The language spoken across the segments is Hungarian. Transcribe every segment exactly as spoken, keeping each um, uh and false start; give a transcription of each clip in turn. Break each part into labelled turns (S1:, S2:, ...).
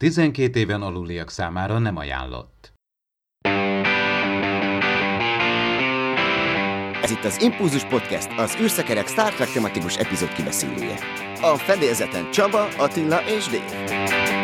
S1: tizenkét éven aluliak számára nem ajánlott.
S2: Ez itt az Impulzus Podcast, az űrszekerek Star Trek tematikus epizód kibeszélője. A fedélzeten Csaba, Attila és Dave.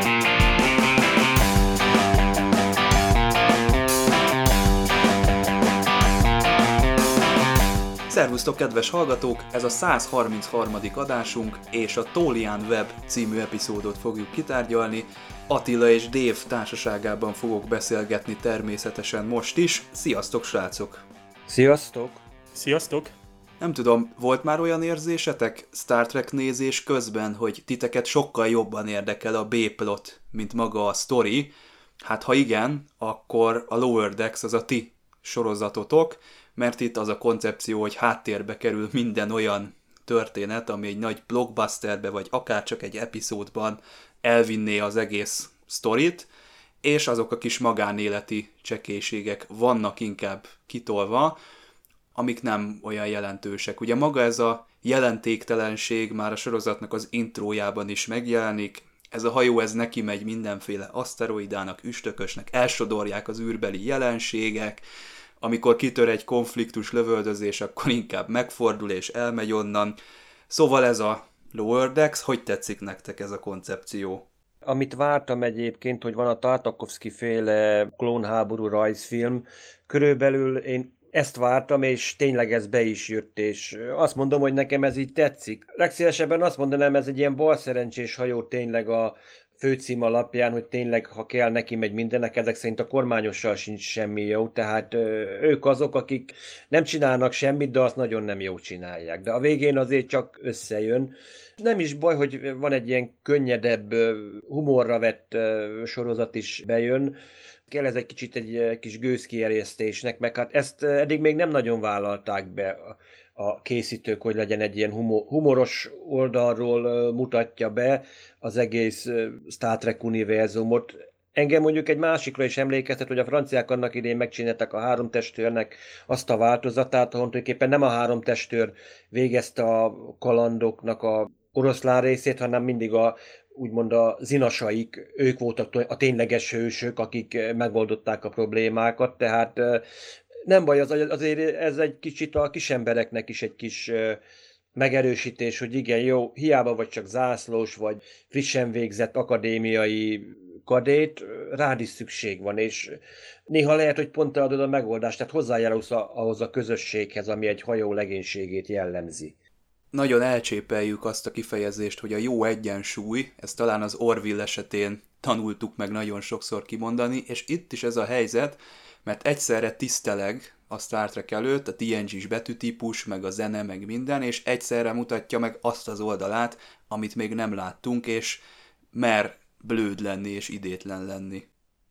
S3: Szervusztok, kedves hallgatók! Ez a száz harmincharmadik adásunk, és a Tolian Web című epizódot fogjuk kitárgyalni. Attila és Dave társaságában fogok beszélgetni természetesen most is. Sziasztok, srácok!
S4: Sziasztok!
S5: Sziasztok!
S3: Nem tudom, volt már olyan érzésetek Star Trek nézés közben, hogy titeket sokkal jobban érdekel a B-plot, mint maga a sztori? Hát ha igen, akkor a Lower Decks az a ti sorozatotok, mert itt az a koncepció, hogy háttérbe kerül minden olyan történet, ami egy nagy blockbusterbe, vagy akár csak egy epizódban elvinné az egész sztorit, és azok a kis magánéleti csekélységek vannak inkább kitolva, amik nem olyan jelentősek. Ugye maga ez a jelentéktelenség már a sorozatnak az intrójában is megjelenik, ez a hajó ez neki megy mindenféle aszteroidának, üstökösnek, elsodorják az űrbeli jelenségek, amikor kitör egy konfliktus, lövöldözés, akkor inkább megfordul és elmegy onnan. Szóval ez a Lower Decks, hogy tetszik nektek ez a koncepció?
S4: Amit vártam egyébként, hogy van a Tartakovsky féle klónháború rajzfilm, körülbelül én ezt vártam, és tényleg ez be is jött, és azt mondom, hogy nekem ez így tetszik. Legszívesebben azt mondanám, ez egy ilyen balszerencsés hajó tényleg a főcím alapján, hogy tényleg, ha kell, neki megy mindenek, ezek szerint a kormányossal sincs semmi jó, tehát ö, ők azok, akik nem csinálnak semmit, de azt nagyon nem jó csinálják. De a végén azért csak összejön. Nem is baj, hogy van egy ilyen könnyedebb, humorra vett sorozat is bejön, kell ez egy kicsit egy kis gőzkierjesztésnek, meg hát ezt eddig még nem nagyon vállalták be a készítők, hogy legyen egy ilyen humor, humoros oldalról mutatja be az egész Star Trek univerzumot. Engem mondjuk egy másikra is emlékeztet, hogy a franciák annak idén megcsináltak a három testőrnek azt a változatát, ahol tulajdonképpen nem a három testőr végezte a kalandoknak a oroszlán részét, hanem mindig a úgymond a zinasaik, ők voltak a tényleges hősök, akik megoldották a problémákat, tehát nem baj, az, azért ez egy kicsit a kisembereknek is egy kis megerősítés, hogy igen, jó, hiába vagy csak zászlós, vagy frissen végzett akadémiai kadét, rád is szükség van, és néha lehet, hogy pont te adod a megoldást, tehát hozzájárulsz ahhoz a közösséghez, ami egy hajó legénységét jellemzi.
S3: Nagyon elcsépeljük azt a kifejezést, hogy a jó egyensúly, ezt talán az Orville esetén tanultuk meg nagyon sokszor kimondani, és itt is ez a helyzet, mert egyszerre tiszteleg a Star Trek előtt, a té en gés betűtípus, meg a zene, meg minden, és egyszerre mutatja meg azt az oldalát, amit még nem láttunk, és mer blőd lenni és idétlen lenni.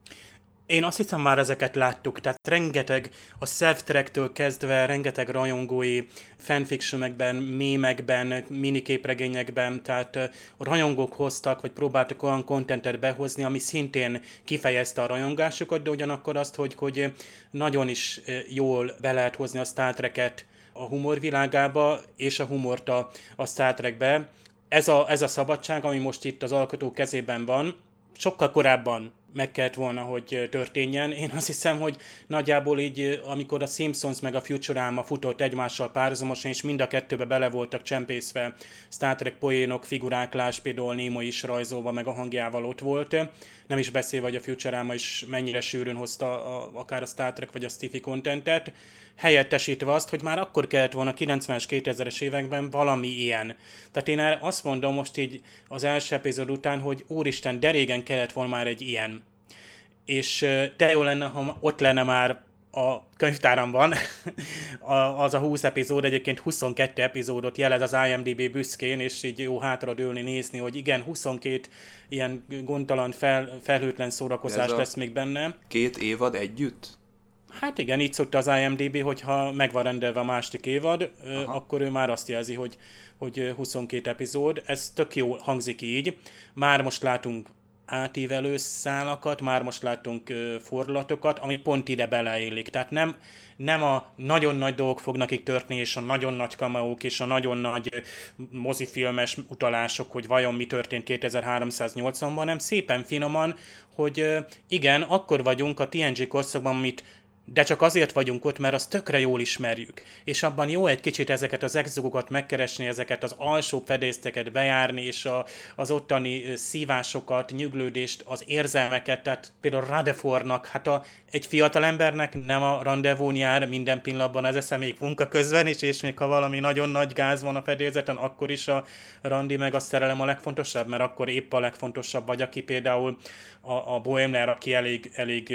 S5: Én azt hiszem már ezeket láttuk, tehát rengeteg a self-tracktől kezdve, rengeteg rajongói fanfictionekben, mémekben, miniképregényekben, tehát a rajongók hoztak, vagy próbáltak olyan kontentet behozni, ami szintén kifejezte a rajongásukat, de ugyanakkor azt, hogy, hogy nagyon is jól be lehet hozni a Star Trek-et a humor világába, és a humort a, a Star Trekbe. Ez a, ez a szabadság, ami most itt az alkotó kezében van, sokkal korábban meg kellett volna, hogy történjen. Én azt hiszem, hogy nagyjából így, amikor a Simpsons meg a Futurama futott egymással párhuzamosan, és mind a kettőbe bele voltak csempészve Star Trek poénok, figurák, lásd például Nimoy is rajzolva, meg a hangjával ott volt. Nem is beszélve, hogy a Futurama is mennyire sűrűn hozta a, akár a Star Trek vagy a sci-fi contentet, helyettesítve azt, hogy már akkor kellett volna kilencvenes, kétezres években valami ilyen. Tehát én azt mondom most így az első epizód után, hogy úristen, de régen kellett volna már egy ilyen. És de jó lenne, ha ott lenne már a könyvtáramban az a húsz epizód, egyébként huszonkettő epizódot jelez az I M D B büszkén, és így jó hátra dőlni, nézni, hogy igen, huszonkét ilyen gondtalan, fel, felhőtlen szórakozás lesz még benne.
S3: Két évad együtt?
S5: Hát igen, így szokta az I M D B, hogyha meg van rendelve a második évad, Aha. akkor ő már azt jelzi, hogy, hogy huszonkét epizód. Ez tök jó hangzik így. Már most látunk átívelő szálakat, már most láttunk fordulatokat, ami pont ide beleillik. Tehát nem, nem a nagyon nagy dolgok fognak itt történni, és a nagyon nagy kameók, és a nagyon nagy mozifilmes utalások, hogy vajon mi történt kétezer-háromszáznyolcvanban, hanem szépen finoman, hogy igen, akkor vagyunk a té en gé korszakban, amit de csak azért vagyunk ott, mert azt tökre jól ismerjük. És abban jó egy kicsit ezeket az exogokat megkeresni, ezeket az alsó fedélzeteket bejárni, és a, az ottani szívásokat, nyüglődést, az érzelmeket, tehát például Rutherfordnak, hát a, egy fiatal embernek nem a rendezvún jár minden pillanatban az esze még munka közben is, és még ha valami nagyon nagy gáz van a fedélzeten, akkor is a randi meg a szerelem a legfontosabb, mert akkor épp a legfontosabb vagy, aki például a, a Bohemler, aki elég, elég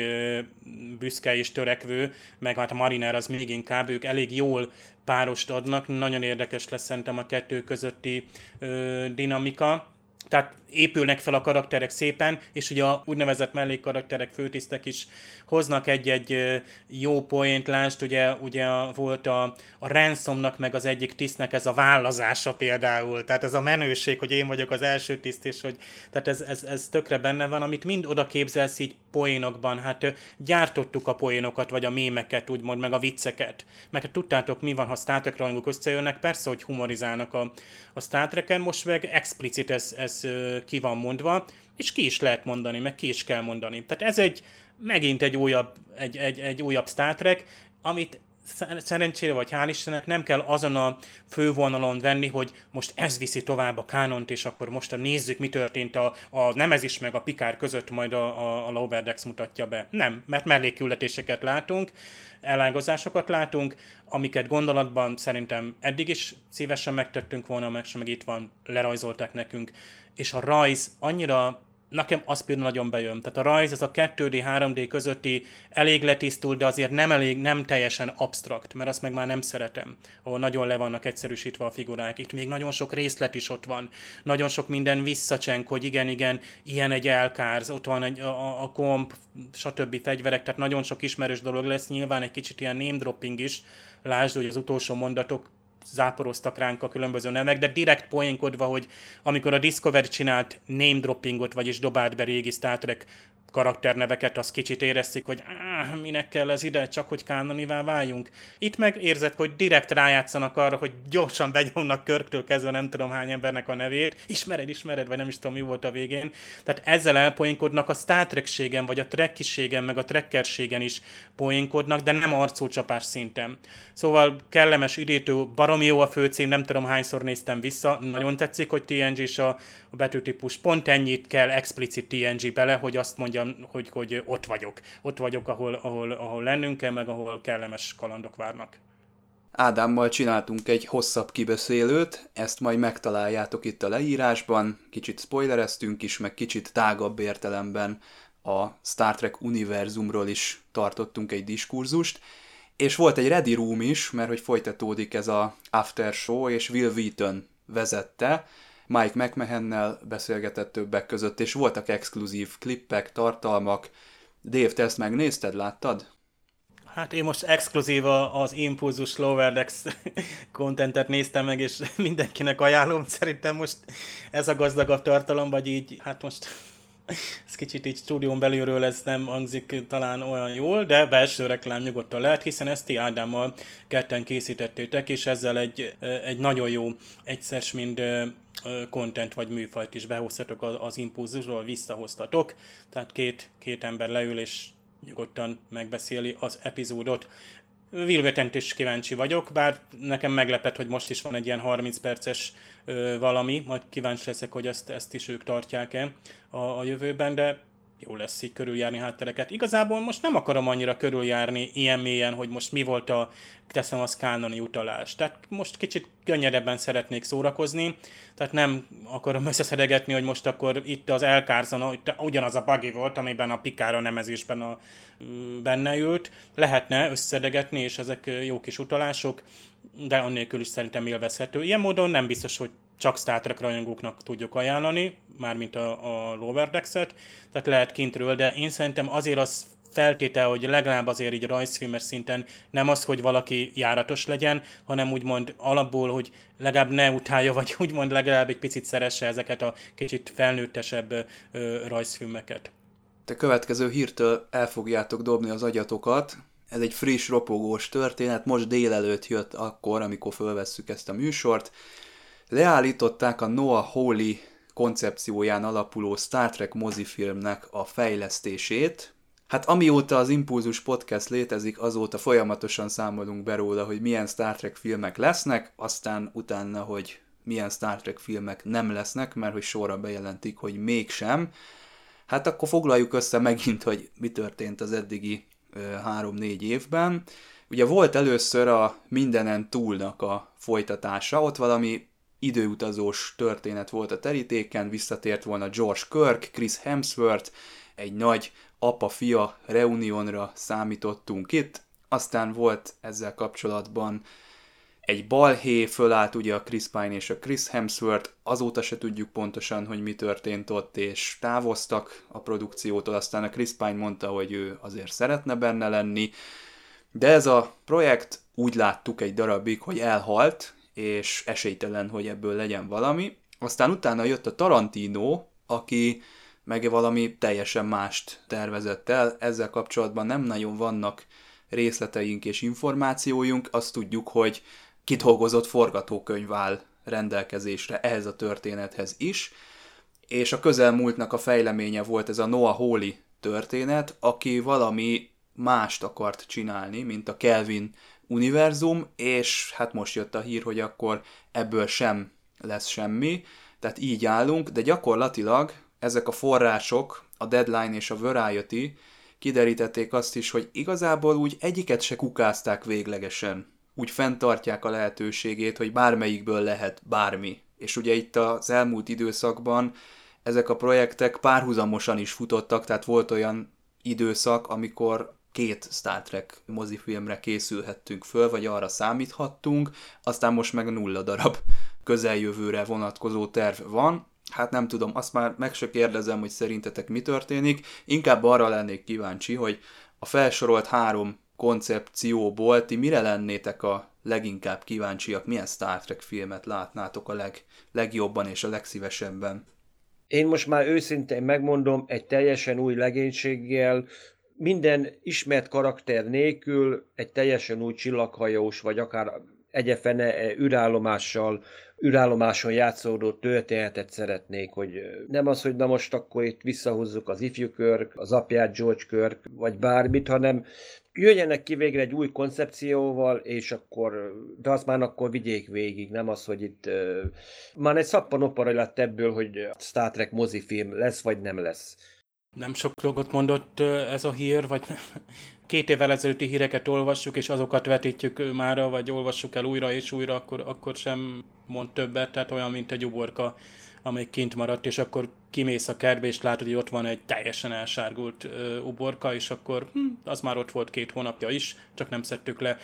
S5: büszke és törekvő, meg hát a Mariner az még inkább, ők elég jól párost adnak, nagyon érdekes lesz szerintem a kettő közötti ö, dinamika. Tehát épülnek fel a karakterek szépen, és ugye a úgynevezett mellékkarakterek, főtisztek is hoznak egy-egy jó poéntlást, ugye, ugye volt a, a Ransomnak meg az egyik tisztnek ez a vállazása például, tehát ez a menőség, hogy én vagyok az első tiszt, és hogy tehát ez, ez, ez tökre benne van, amit mind oda képzelsz így poénokban, hát gyártottuk a poénokat, vagy a mémeket, úgymond, meg a vicceket, meg tudtátok mi van, ha Star Trek rajongók összejönnek, persze, hogy humorizálnak a, a Star Treken, most meg explicit ez, ez ki van mondva, és ki is lehet mondani, meg ki is kell mondani. Tehát ez egy, megint egy újabb, egy, egy, egy újabb Star Trek, amit szerencsére vagy hál' Istennek nem kell azon a fővonalon venni, hogy most ez viszi tovább a kánont, és akkor most a nézzük, mi történt a, a Nemezis meg a Picard között, majd a, a, a Lower Decks mutatja be. Nem, mert mellékküldetéseket látunk, elágazásokat látunk, amiket gondolatban szerintem eddig is szívesen megtettünk volna, meg sem meg itt van, lerajzolták nekünk. És a rajz annyira, nekem az például nagyon bejön. Tehát a rajz, ez a kettő dé, három dé közötti elég letisztult, de azért nem elég, nem teljesen absztrakt, mert azt meg már nem szeretem, ahol nagyon le vannak egyszerűsítve a figurák. Itt még nagyon sok részlet is ott van. Nagyon sok minden visszacsenk, hogy igen, igen, ilyen egy elkárz, ott van egy, a, a komp, stb. Fegyverek, tehát nagyon sok ismerős dolog lesz, nyilván egy kicsit ilyen name dropping is, lásd, hogy az utolsó mondatok záporoztak ránk a különböző nevek, de direkt poénkodva, hogy amikor a Discovery csinált name droppingot, vagyis dobált be régi Star Trek karakterneveket, azt kicsit érezték, hogy áh, minek kell ez ide, csak hogy kánonivá váljunk. Itt meg érzed, hogy direkt rájátszanak arra, hogy gyorsan begyomnak Kirktől kezdve nem tudom hány embernek a nevét. Ismered, ismered, vagy nem is tudom, mi volt a végén. Tehát ezzel elpoénkodnak a Star Trek-ségen, vagy a trekkiségen, meg a trekkerségen is poénkodnak, de nem arcúcsapás szinten. Szóval kellemes, idétő, baromi jó a főcím, nem tudom hányszor néztem vissza, nagyon tetszik, hogy té en gé-s a, a betűtípus, pont ennyit kell explicit té en gé bele, hogy azt mondjam, hogy, hogy ott vagyok. Ott vagyok, ahol, ahol, ahol lennünk kell, meg ahol kellemes kalandok várnak.
S3: Ádámmal csináltunk egy hosszabb kibeszélőt, ezt majd megtaláljátok itt a leírásban, kicsit spoilereztünk is, meg kicsit tágabb értelemben a Star Trek univerzumról is tartottunk egy diskurzust, és volt egy Ready Room is, mert hogy folytatódik ez a After Show, és Will Wheaton vezette, Mike McMahonnel beszélgetett többek között, és voltak exkluzív klippek, tartalmak. Dave, te ezt megnézted, láttad?
S5: Hát én most exkluzív az Impulzus Lower Decks contentet néztem meg, és mindenkinek ajánlom. Szerintem most ez a gazdagabb tartalom, vagy így, hát most ez kicsit így stúdión belülről ez nem hangzik talán olyan jól, de belső reklám nyugodtan lehet, hiszen ezt ti Ádámmal ketten készítettétek, és ezzel egy, egy nagyon jó egyszer mind content vagy műfajt is behoztatok az Impulzusról, visszahoztatok, tehát két, két ember leül és nyugodtan megbeszéli az epizódot. Will Wheaton-t is kíváncsi vagyok, bár nekem meglepett, hogy most is van egy ilyen harminc perces ö, valami, majd kíváncsi leszek, hogy ezt, ezt is ők tartják-e a, a jövőben, de jó lesz így körüljárni háttereket. Igazából most nem akarom annyira körüljárni ilyen mélyen, hogy most mi volt a, teszem az kánoni utalás. Tehát most kicsit könnyedebben szeretnék szórakozni, tehát nem akarom összeszedegetni, hogy most akkor itt az Elkárzon, ugyanaz a buggy volt, amiben a Picard a nemezésben a, benne ült. Lehetne összeszedegetni, és ezek jó kis utalások, de annélkül is szerintem élvezhető. Ilyen módon nem biztos, hogy csak Star Trek rajongóknak tudjuk ajánlani, mármint a, a Lower Decks-et, tehát lehet kintről, de én szerintem azért az feltétel, hogy legalább azért így rajzfilmes szinten nem az, hogy valaki járatos legyen, hanem úgymond alapból, hogy legalább ne utálja, vagy úgymond legalább egy picit szeresse ezeket a kicsit felnőttesebb ö, rajzfilmeket.
S3: Te következő hírtől el fogjátok dobni az agyatokat. Ez egy friss, ropogós történet, most délelőtt jött akkor, amikor fölvesszük ezt a műsort. Leállították a Noah Hawley koncepcióján alapuló Star Trek mozifilmnek a fejlesztését. Hát amióta az Impulzus Podcast létezik, azóta folyamatosan számolunk be róla, hogy milyen Star Trek filmek lesznek, aztán utána, hogy milyen Star Trek filmek nem lesznek, mert hogy sorra bejelentik, hogy mégsem. Hát akkor foglaljuk össze megint, hogy mi történt az eddigi három-négy évben. Ugye volt először a Mindenen túlnak a folytatása, ott valami időutazós történet volt a terítéken, visszatért volna George Kirk, Chris Hemsworth, egy nagy apa-fia reunionra számítottunk itt, aztán volt ezzel kapcsolatban egy balhé, fölállt ugye a Chris Pine és a Chris Hemsworth, azóta se tudjuk pontosan, hogy mi történt ott, és távoztak a produkciótól, aztán a Chris Pine mondta, hogy ő azért szeretne benne lenni, de ez a projekt úgy láttuk egy darabig, hogy elhalt, és esélytelen, hogy ebből legyen valami. Aztán utána jött a Tarantino, aki meg valami teljesen mást tervezett el, ezzel kapcsolatban nem nagyon vannak részleteink és információjunk, azt tudjuk, hogy kidolgozott forgatókönyv áll rendelkezésre ehhez a történethez is, és a közelmúltnak a fejleménye volt ez a Noah Hawley történet, aki valami mást akart csinálni, mint a Kelvin univerzum, és hát most jött a hír, hogy akkor ebből sem lesz semmi, tehát így állunk, de gyakorlatilag ezek a források, a Deadline és a Variety kiderítették azt is, hogy igazából úgy egyiket se kukázták véglegesen. Úgy fenntartják a lehetőségét, hogy bármelyikből lehet bármi. És ugye itt az elmúlt időszakban ezek a projektek párhuzamosan is futottak, tehát volt olyan időszak, amikor két Star Trek mozifilmre készülhettünk föl, vagy arra számíthattunk, aztán most meg nulla darab közeljövőre vonatkozó terv van. Hát nem tudom, azt már meg se kérdezem, hogy szerintetek mi történik, inkább arra lennék kíváncsi, hogy a felsorolt három koncepcióból ti mire lennétek a leginkább kíváncsiak, milyen Star Trek filmet látnátok a leg, legjobban és a legszívesebben?
S4: Én most már őszintén megmondom, egy teljesen új legénységgel, minden ismert karakter nélkül, egy teljesen új csillaghajós, vagy akár egyefene űrállomással, űrállomáson játszódó történetet szeretnék, hogy nem az, hogy na most akkor itt visszahúzzuk az ifjú Kirk, az apját George Kirk, vagy bármit, hanem jöjjenek ki végre egy új koncepcióval, és akkor, de azt már akkor vigyék végig, nem az, hogy itt uh, már egy szappanopera lett ebből, hogy Star Trek mozifilm lesz, vagy nem lesz.
S5: Nem sok dolgot mondott ez a hír, vagy két évvel ezelőtti híreket olvassuk, és azokat vetítjük mára, vagy olvassuk el újra és újra, akkor, akkor sem mond többet, tehát olyan, mint egy uborka, amely kint maradt, és akkor kimész a kertbe, és látod, hogy ott van egy teljesen elsárgult uh, uborka, és akkor hm, az már ott volt két hónapja is, csak nem szedtük le.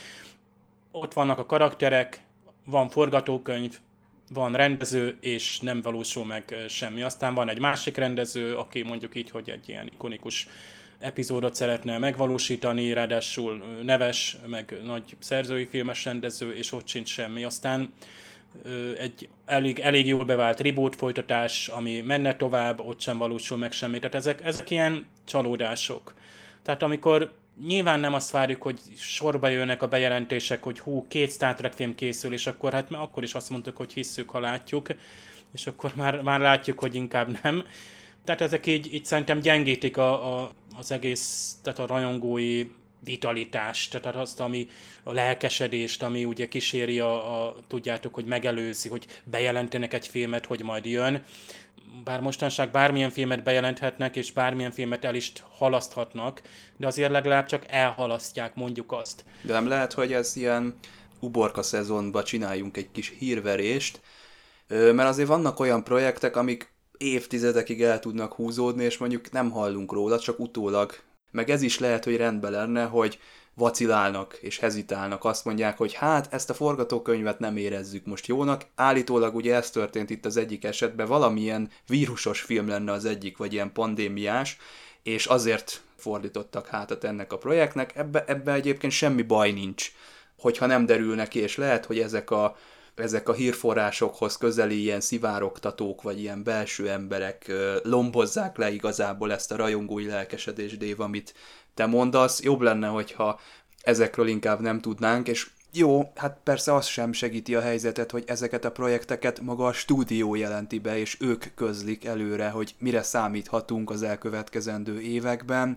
S5: Ott vannak a karakterek, van forgatókönyv, van rendező, és nem valósul meg semmi. Aztán van egy másik rendező, aki mondjuk így, hogy egy ilyen ikonikus epizódot szeretne megvalósítani, ráadásul neves, meg nagy szerzői filmes rendező, és ott sincs semmi. Aztán egy elég, elég jól bevált reboot folytatás, ami menne tovább, ott sem valósul meg semmi. Tehát ezek, ezek ilyen csalódások. Tehát amikor nyilván nem azt várjuk, hogy sorba jönnek a bejelentések, hogy hú, két Star Trek film készül, és akkor hát akkor is azt mondtuk, hogy hisszük, ha látjuk, és akkor már, már látjuk, hogy inkább nem. Tehát ezek így, így szerintem gyengítik a, a, az egész, tehát a rajongói vitalitást, tehát azt, ami a lelkesedést, ami ugye kíséri a, a tudjátok, hogy megelőzi, hogy bejelentenek egy filmet, hogy majd jön. Bár mostanság bármilyen filmet bejelenthetnek, és bármilyen filmet el is halaszthatnak, de azért legalább csak elhalasztják, mondjuk azt.
S3: De nem lehet, hogy ez ilyen uborka szezonban csináljunk egy kis hírverést, mert azért vannak olyan projektek, amik évtizedekig el tudnak húzódni, és mondjuk nem hallunk róla, csak utólag Meg ez is lehet, hogy rendben lenne, hogy vacilálnak és hezitálnak, azt mondják, hogy hát ezt a forgatókönyvet nem érezzük most jónak. Állítólag ugye ez történt itt az egyik esetben, valamilyen vírusos film lenne az egyik, vagy ilyen pandémiás, és azért fordítottak hátat ennek a projektnek. Ebbe, ebbe egyébként semmi baj nincs, hogyha nem derül ki, és lehet, hogy ezek a, ezek a hírforrásokhoz közeli ilyen szivárogtatók, vagy ilyen belső emberek lombozzák le igazából ezt a rajongói lelkesedést, Dave, amit te mondasz. Jobb lenne, hogyha ezekről inkább nem tudnánk, és jó, hát persze az sem segíti a helyzetet, hogy ezeket a projekteket maga a stúdió jelenti be, és ők közlik előre, hogy mire számíthatunk az elkövetkezendő években,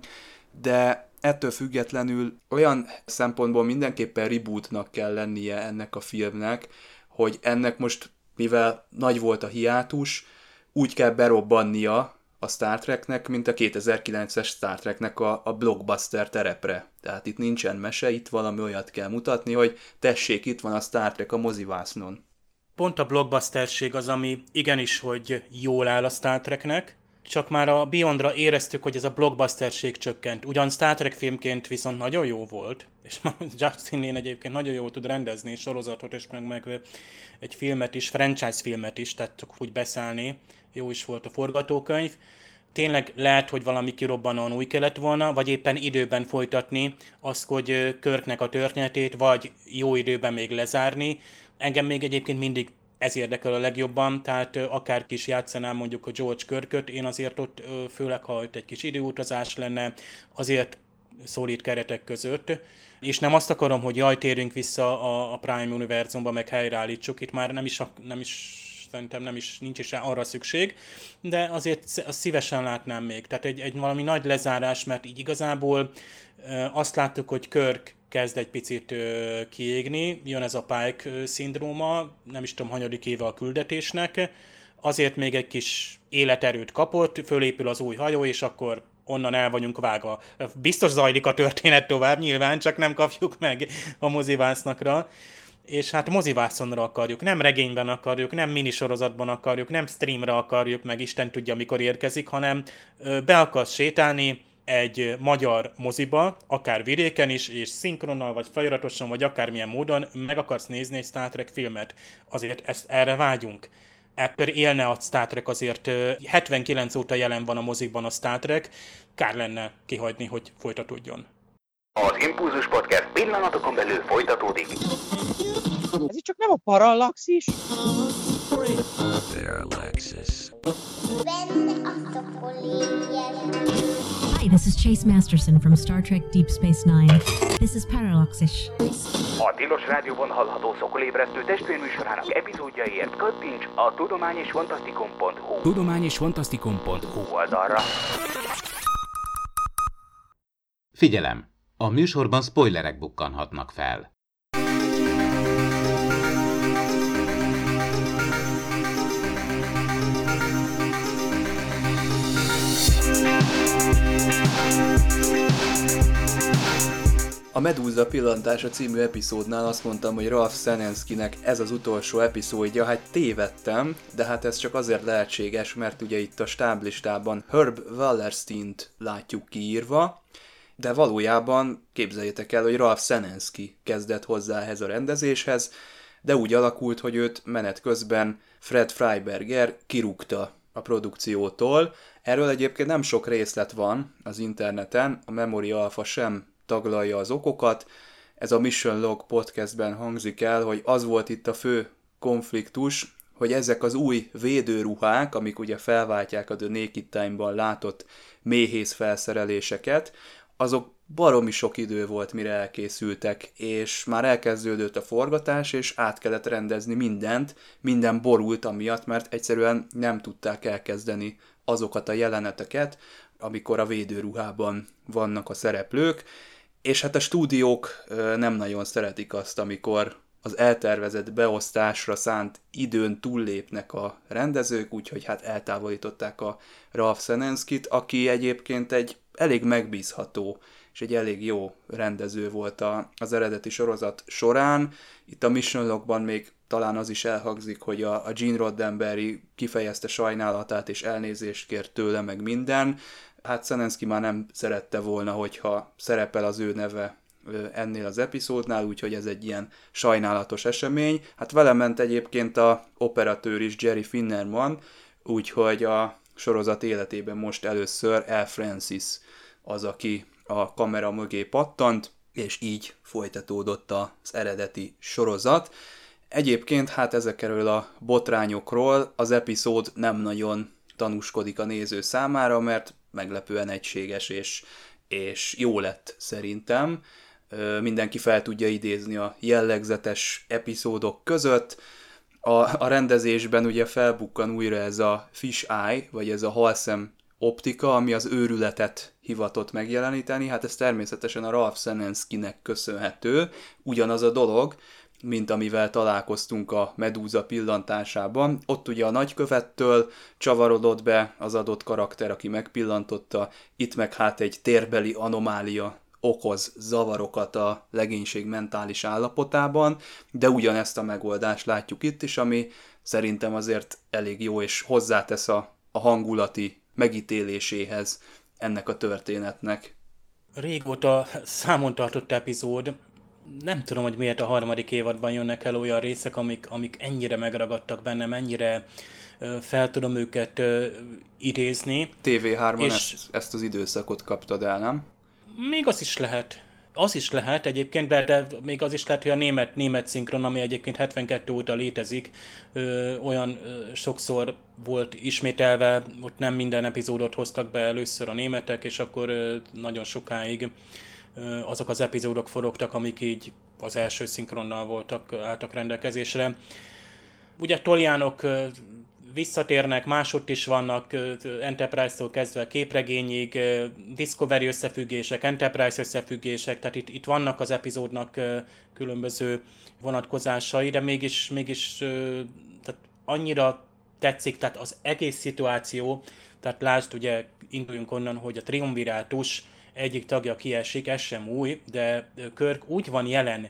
S3: de ettől függetlenül olyan szempontból mindenképpen rebootnak kell lennie ennek a filmnek, hogy ennek most, mivel nagy volt a hiátus, úgy kell berobbannia a Star Treknek, mint a kétezer-kilences Star Treknek a, a blockbuster terepre. Tehát itt nincsen mese, itt valami olyat kell mutatni, hogy tessék, itt van a Star Trek a mozivásznon.
S5: Pont a blockbusterség az, ami igenis, hogy jól áll a Star Treknek, csak már a Beyondra éreztük, hogy ez a blockbusterség csökkent. Ugyan Star Trek filmként viszont nagyon jó volt, és Justin Lin egyébként nagyon jól tud rendezni sorozatot, és meg, meg egy filmet is, franchise filmet is, tehát csak úgy beszállni. Jó is volt a forgatókönyv. Tényleg lehet, hogy valami kirobbanon új kellett volna, vagy éppen időben folytatni azt, hogy Kirknek a történetét, vagy jó időben még lezárni. Engem még egyébként mindig ez érdekel a legjobban, tehát akár is játszanám mondjuk a George Kirköt, én azért ott, főleg ha ott egy kis időutazás lenne, azért szolid keretek között. És nem azt akarom, hogy jaj, térjünk vissza a, a Prime univerzumba, meg helyreállítsuk, itt már nem is, nem is szerintem nem is, nincs is arra szükség, de azért azt szívesen látnám még. Tehát egy, egy valami nagy lezárás, mert így igazából azt láttuk, hogy Kirk kezd egy picit kiégni, jön ez a Pike szindróma, nem is tudom, hanyadik éve a küldetésnek, azért még egy kis életerőt kapott, fölépül az új hajó, és akkor onnan el vagyunk vágva. Biztos zajlik a történet tovább, nyilván, csak nem kapjuk meg a mozivásznakra. És hát mozivászonra akarjuk, nem regényben akarjuk, nem minisorozatban akarjuk, nem streamre akarjuk, meg Isten tudja, mikor érkezik, hanem be akarsz sétálni egy magyar moziba, akár vidéken is, és szinkronnal, vagy feliratosan, vagy akármilyen módon meg akarsz nézni egy Star Trek filmet. Azért ezt, erre vágyunk. Ebből élne a Star Trek, azért hetvenkilenc óta jelen van a mozikban a Star Trek, kár lenne kihagyni, hogy folytatódjon.
S6: Az Impulzus Podcast pillanatokon belül folytatódik.
S7: Ez itt csak nem a Parallaxis?
S8: Parallaxis.
S9: Hi, this is Chase Masterson from Star Trek Deep Space Nine. This is Parallaxis.
S6: A Tilos Rádióban hallható szokolébresztő testvérműsorának epizódjaiért kattints a tudomány és fantasztikum pont hu tudomány és fantasztikum pont hu oldalra.
S1: Figyelem! A műsorban spoilerek bukkanhatnak fel.
S3: A Medúza pillantása című epizódnál azt mondtam, hogy Ralph Senenskynek ez az utolsó epizódja, hát tévedtem, de hát ez csak azért lehetséges, mert ugye itt a stáblistában Herb Wallersteint látjuk kiírva, de valójában képzeljétek el, hogy Ralph Senensky kezdett hozzá ehhez a rendezéshez, de úgy alakult, hogy őt menet közben Fred Freiberger kirúgta a produkciótól. Erről egyébként nem sok részlet van az interneten, a Memory Alpha sem taglalja az okokat. Ez a Mission Log podcastben hangzik el, hogy az volt itt a fő konfliktus, hogy ezek az új védőruhák, amik ugye felváltják a The Naked Time-ban látott méhész felszereléseket, azok baromi sok idő volt, mire elkészültek, és már elkezdődött a forgatás, és át kellett rendezni mindent, minden borult amiatt, mert egyszerűen nem tudták elkezdeni azokat a jeleneteket, amikor a védőruhában vannak a szereplők, és hát a stúdiók nem nagyon szeretik azt, amikor az eltervezett beosztásra szánt időn túllépnek a rendezők, úgyhogy hát eltávolították a Ralph Senenskyt, aki egyébként egy elég megbízható és egy elég jó rendező volt a, az eredeti sorozat során. Itt a Mission Logban még talán az is elhangzik, hogy a, a Gene Roddenberry kifejezte sajnálatát és elnézést kért tőle meg minden. Hát Szenenszky már nem szerette volna, hogyha szerepel az ő neve ennél az epizódnál, úgyhogy ez egy ilyen sajnálatos esemény. Hát vele ment egyébként a operatőr is, Jerry Finnerman, úgyhogy a sorozat életében most először Al Francis az, aki a kamera mögé pattant, és így folytatódott az eredeti sorozat. Egyébként hát ezekről a botrányokról az epizód nem nagyon tanúskodik a néző számára, mert meglepően egységes és, és jó lett szerintem. Mindenki fel tudja idézni a jellegzetes epizódok között. A, a rendezésben ugye felbukkan újra ez a fish eye, vagy ez a halszem optika, ami az őrületet hivatott megjeleníteni. Hát ez természetesen a Ralph Senenskynek köszönhető. Ugyanaz a dolog, mint amivel találkoztunk a Medúza pillantásában. Ott ugye a nagykövettől csavarodott be az adott karakter, aki megpillantotta, itt meg hát egy térbeli anomália okoz zavarokat a legénység mentális állapotában, de ugyanezt a megoldást látjuk itt is, ami szerintem azért elég jó, és hozzátesz a, a hangulati megítéléséhez ennek a történetnek.
S5: Régóta számon tartott epizód. Nem tudom, hogy miért a harmadik évadban jönnek el olyan részek, amik, amik ennyire megragadtak bennem, ennyire uh, fel tudom őket uh, idézni.
S3: té vé hármon
S5: és
S3: ezt, ezt az időszakot kaptad el, nem?
S5: Még az is lehet. Az is lehet egyébként, de, de még az is lehet, hogy a német, német szinkron, ami egyébként hetvenkettő óta létezik, ö, olyan ö, sokszor volt ismételve, ott nem minden epizódot hoztak be először a németek, és akkor ö, nagyon sokáig ö, azok az epizódok forogtak, amik így az első szinkronnal voltak, álltak rendelkezésre. Ugye toljanok ö, visszatérnek, másott is vannak, Enterprise-tól kezdve képregényig, Discovery összefüggések, Enterprise összefüggések, tehát itt, itt vannak az epizódnak különböző vonatkozásai, de mégis, mégis tehát annyira tetszik, tehát az egész szituáció, tehát lásd, ugye induljunk onnan, hogy a triumvirátus egyik tagja kiesik, ez sem új, de Kirk úgy van jelen,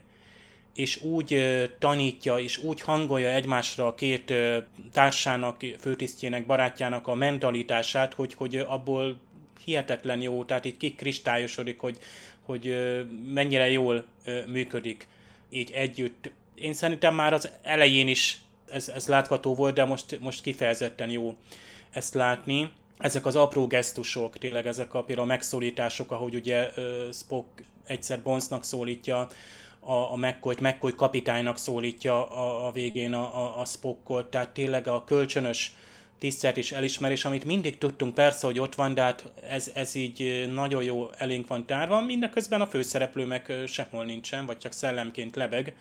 S5: és úgy uh, tanítja, és úgy hangolja egymásra a két uh, társának, főtisztjének, barátjának a mentalitását, hogy, hogy abból hihetetlen jó, tehát itt kikristályosodik, hogy, hogy uh, mennyire jól uh, működik így együtt. Én szerintem már az elején is ez, ez látható volt, de most, most kifejezetten jó ezt látni. Ezek az apró gesztusok, tényleg ezek a például a megszólítások, ahogy ugye uh, Spock egyszer Bonesnak szólítja, a, a McCoy-t, McCoy kapitánynak szólítja a, a végén a, a, a Spockot, tehát tényleg a kölcsönös tisztelet és elismerés, amit mindig tudtunk persze, hogy ott van, de hát ez, ez így nagyon jó elénk van tárva, mindeközben a főszereplő meg sehol nincsen, vagy csak szellemként lebeg.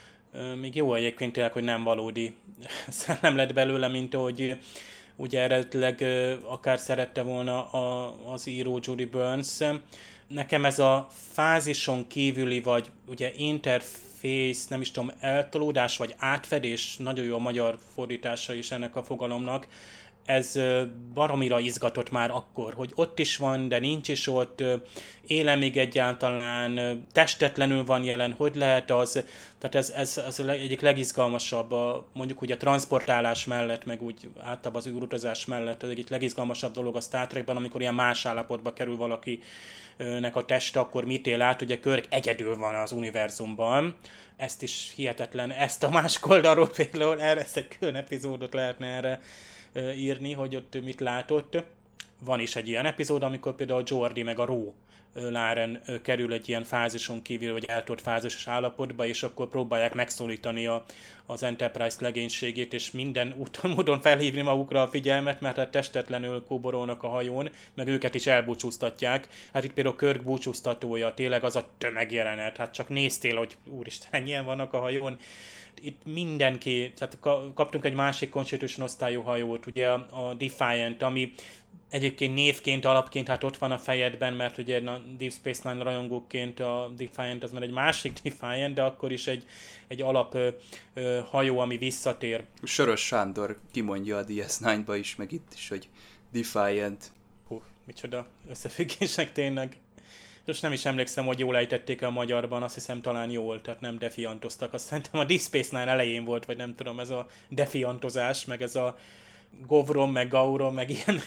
S5: Még jó egyébként tényleg, hogy nem valódi szellem lett belőle, mint ahogy ugye eredetileg akár szerette volna a, az író Judy Burns. Nekem ez a fázison kívüli, vagy ugye interface, nem is tudom, eltolódás, vagy átfedés, nagyon jó a magyar fordítása is ennek a fogalomnak, ez baromira izgatott már akkor, hogy ott is van, de nincs is ott, éle még egyáltalán, testetlenül van jelen, hogy lehet az, tehát ez, ez, ez egyik legizgalmasabb, a, mondjuk úgy a transportálás mellett, meg úgy általában az űrutazás mellett, az egyik legizgalmasabb dolog a Star Trekben, amikor ilyen más állapotba kerül valaki, nek a teste, akkor mit él át, ugye Kirk egyedül van az univerzumban, ezt is hihetetlen, ezt a másik oldalról például, erre ezt egy külön epizódot lehetne erre írni, hogy ott mit látott. Van is egy ilyen epizód, amikor például a Geordi meg a Ro Laren kerül egy ilyen fázison kívül, vagy eltolt fázisos állapotba, és akkor próbálják megszólítani a, az Enterprise legénységét, és minden úton, módon felhívni magukra a figyelmet, mert hát testetlenül kóborolnak a hajón, meg őket is elbúcsúztatják. Hát itt például Kirk búcsúztatója, tényleg az a tömegjelenet, hát csak néztél, hogy úristen, ennyien vannak a hajón. Itt mindenki, tehát kaptunk egy másik Constitution osztályú hajót, ugye a Defiant, ami egyébként névként, alapként hát ott van a fejedben, mert ugye a Deep Space Nine rajongóként a Defiant az már egy másik Defiant, de akkor is egy, egy alap ö, ö, hajó, ami visszatér.
S3: Sörös Sándor kimondja a dé es kilencbe is, meg itt is, hogy Defiant.
S5: Hú, micsoda összefüggések tényleg. Most nem is emlékszem, hogy jól ejtették a magyarban, azt hiszem talán jól, tehát nem defiantoztak. Azt szerintem a Deep Space Nine elején volt, vagy nem tudom, ez a defiantozás, meg ez a Govron, meg Gauron, meg ilyen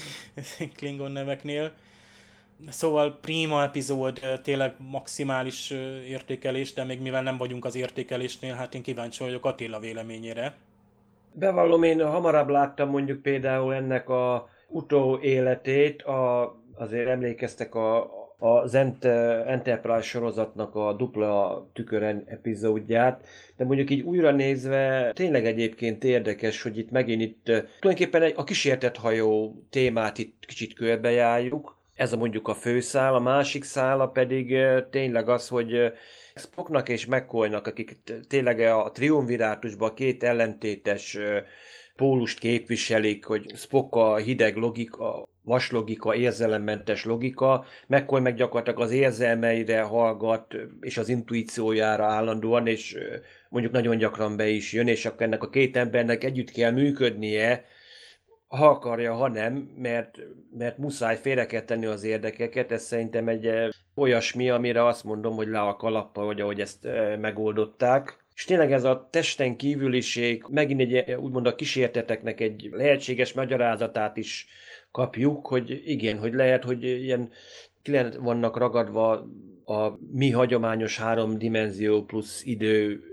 S5: Klingon neveknél. Szóval prima epizód, tényleg maximális értékelés, de még mivel nem vagyunk az értékelésnél, hát én kíváncsi vagyok Attila véleményére.
S4: Bevallom, én hamarabb láttam mondjuk például ennek a utó életét, a, azért emlékeztek a, az Enterprise sorozatnak a dupla tükören epizódját, de mondjuk így újra nézve tényleg egyébként érdekes, hogy itt megint itt tulajdonképpen egy, a kísértett hajó témát itt kicsit körbejárjuk. Ez a mondjuk a főszál, a másik szála pedig tényleg az, hogy Spocknak és McCoynak, akik tényleg a triumvirátusban két ellentétes pólust képviselik, hogy Spock a hideg logika, vas logika, érzelemmentes logika, McCoy meg gyakorlatilag az érzelmeire hallgat, és az intuíciójára állandóan, és mondjuk nagyon gyakran be is jön, és akkor ennek a két embernek együtt kell működnie, ha akarja, ha nem, mert, mert muszáj félre kell tenni az érdekeket, ez szerintem egy olyasmi, amire azt mondom, hogy le a kalappal, hogy ahogy ezt megoldották. És tényleg ez a testen kívüliség, megint egy úgymond a kísérteteknek egy lehetséges magyarázatát is kapjuk, hogy igen, hogy lehet, hogy ilyen ki vannak ragadva a mi hagyományos három dimenzió plusz idő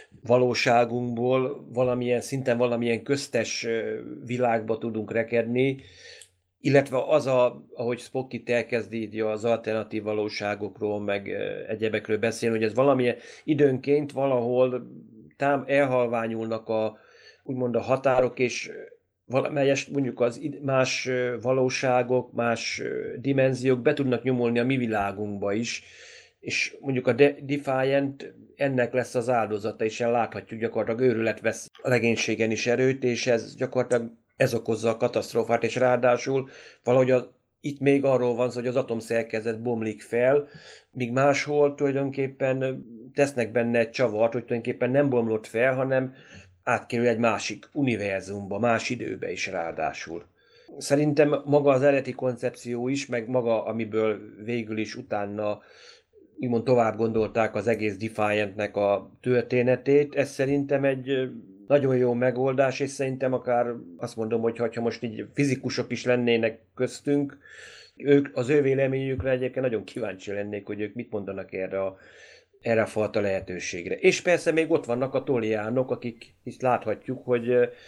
S4: valóságunkból valamilyen szinten, valamilyen köztes világba tudunk rekedni, illetve az, a, ahogy Spock itt elkezdi így az alternatív valóságokról, meg egyebekről beszélni, hogy ez valamilyen időnként valahol tám elhalványulnak a, úgymond a határok, és valamelyest mondjuk az más valóságok, más dimenziók be tudnak nyomulni a mi világunkba is, és mondjuk a Defiant ennek lesz az áldozata, és láthatjuk gyakorlatilag őrület vesz a legénységen is erőt, és ez gyakorlatilag ez okozza a katasztrófát, és ráadásul valahogy a, itt még arról van szó, hogy az atomszerkezet bomlik fel, míg máshol tulajdonképpen tesznek benne egy csavart, hogy tulajdonképpen nem bomlott fel, hanem átkerül egy másik univerzumba, más időbe is ráadásul. Szerintem maga az eredeti koncepció is, meg maga, amiből végül is utána úgymond tovább gondolták az egész Defiantnek a történetét, ez szerintem egy nagyon jó megoldás, és szerintem akár azt mondom, hogy ha most így fizikusok is lennének köztünk, ők, az ő véleményükre egyébként nagyon kíváncsi lennék, hogy ők mit mondanak erre a, erre a fajta lehetőségre. És persze még ott vannak a toliánok, akik is láthatjuk, hogy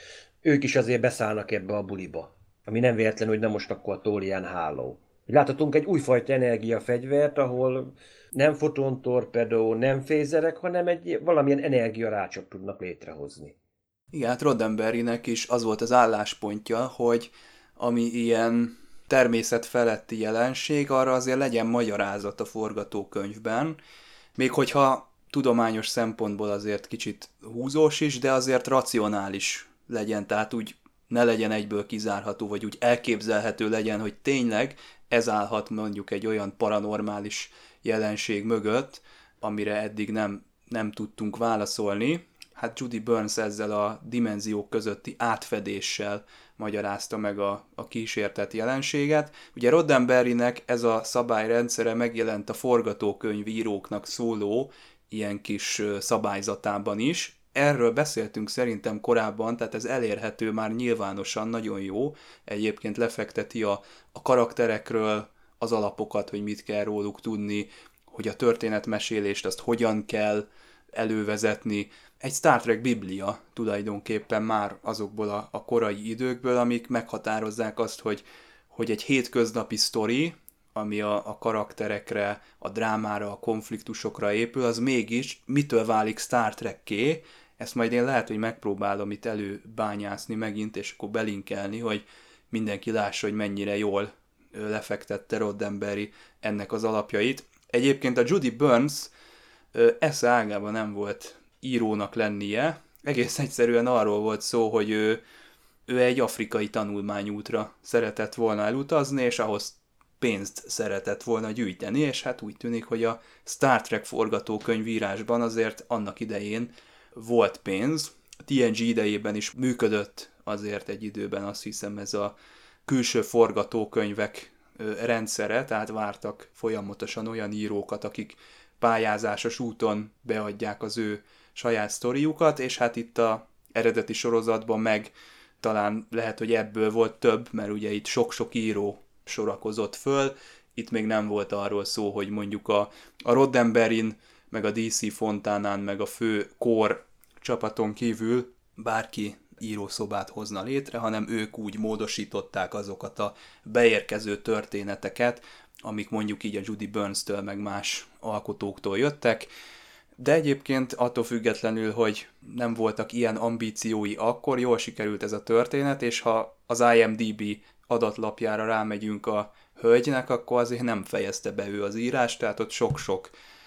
S4: ők is azért beszállnak ebbe a buliba, ami nem véletlenül, hogy nem most akkor a tolián háló. Láthatunk egy újfajta energiafegyvert, ahol nem fotontorpedó, nem fézerek, hanem egy valamilyen energiarácsot tudnak létrehozni.
S3: Igen, hát Roddenberrynek is az volt az álláspontja, hogy ami ilyen természet feletti jelenség, arra azért legyen magyarázat a forgatókönyvben, még hogyha tudományos szempontból azért kicsit húzós is, de azért racionális legyen, tehát úgy ne legyen egyből kizárható, vagy úgy elképzelhető legyen, hogy tényleg ez állhat mondjuk egy olyan paranormális jelenség mögött, amire eddig nem, nem tudtunk válaszolni. Hát Judy Burns ezzel a dimenziók közötti átfedéssel magyarázta meg a, a kísértett jelenséget. Ugye Roddenberrynek ez a szabályrendszere megjelent a forgatókönyvíróknak szóló ilyen kis szabályzatában is. Erről beszéltünk szerintem korábban, tehát ez elérhető már nyilvánosan, nagyon jó. Egyébként lefekteti a, a karakterekről az alapokat, hogy mit kell róluk tudni, hogy a történetmesélést azt hogyan kell elővezetni. Egy Star Trek biblia tulajdonképpen már azokból a, a korai időkből, amik meghatározzák azt, hogy, hogy egy hétköznapi sztori, ami a, a karakterekre, a drámára, a konfliktusokra épül, az mégis mitől válik Star Trek-ké. Ezt majd én lehet, hogy megpróbálom itt előbányászni megint, és akkor belinkelni, hogy mindenki lássa, hogy mennyire jól lefektette Roddenberry ennek az alapjait. Egyébként a Judy Burns esze ágában nem volt írónak lennie, egész egyszerűen arról volt szó, hogy ő, ő egy afrikai tanulmányútra szeretett volna elutazni, és ahhoz pénzt szeretett volna gyűjteni, és hát úgy tűnik, hogy a Star Trek forgatókönyvírásban azért annak idején volt pénz. A té en gé idejében is működött azért egy időben, azt hiszem, ez a külső forgatókönyvek rendszere, tehát vártak folyamatosan olyan írókat, akik pályázásos úton beadják az ő saját sztoriukat, és hát itt a eredeti sorozatban meg talán lehet, hogy ebből volt több, mert ugye itt sok-sok író sorakozott föl, itt még nem volt arról szó, hogy mondjuk a, a Roddenberryn, meg a dé cé Fontánán, meg a fő core csapaton kívül bárki írószobát hozna létre, hanem ők úgy módosították azokat a beérkező történeteket, amik mondjuk így a Judy Burns-től, meg más alkotóktól jöttek, de egyébként attól függetlenül, hogy nem voltak ilyen ambíciói akkor, jól sikerült ez a történet, és ha az i em dé bé adatlapjára rámegyünk a hölgynek, akkor azért nem fejezte be ő az írást, tehát ott sok-sok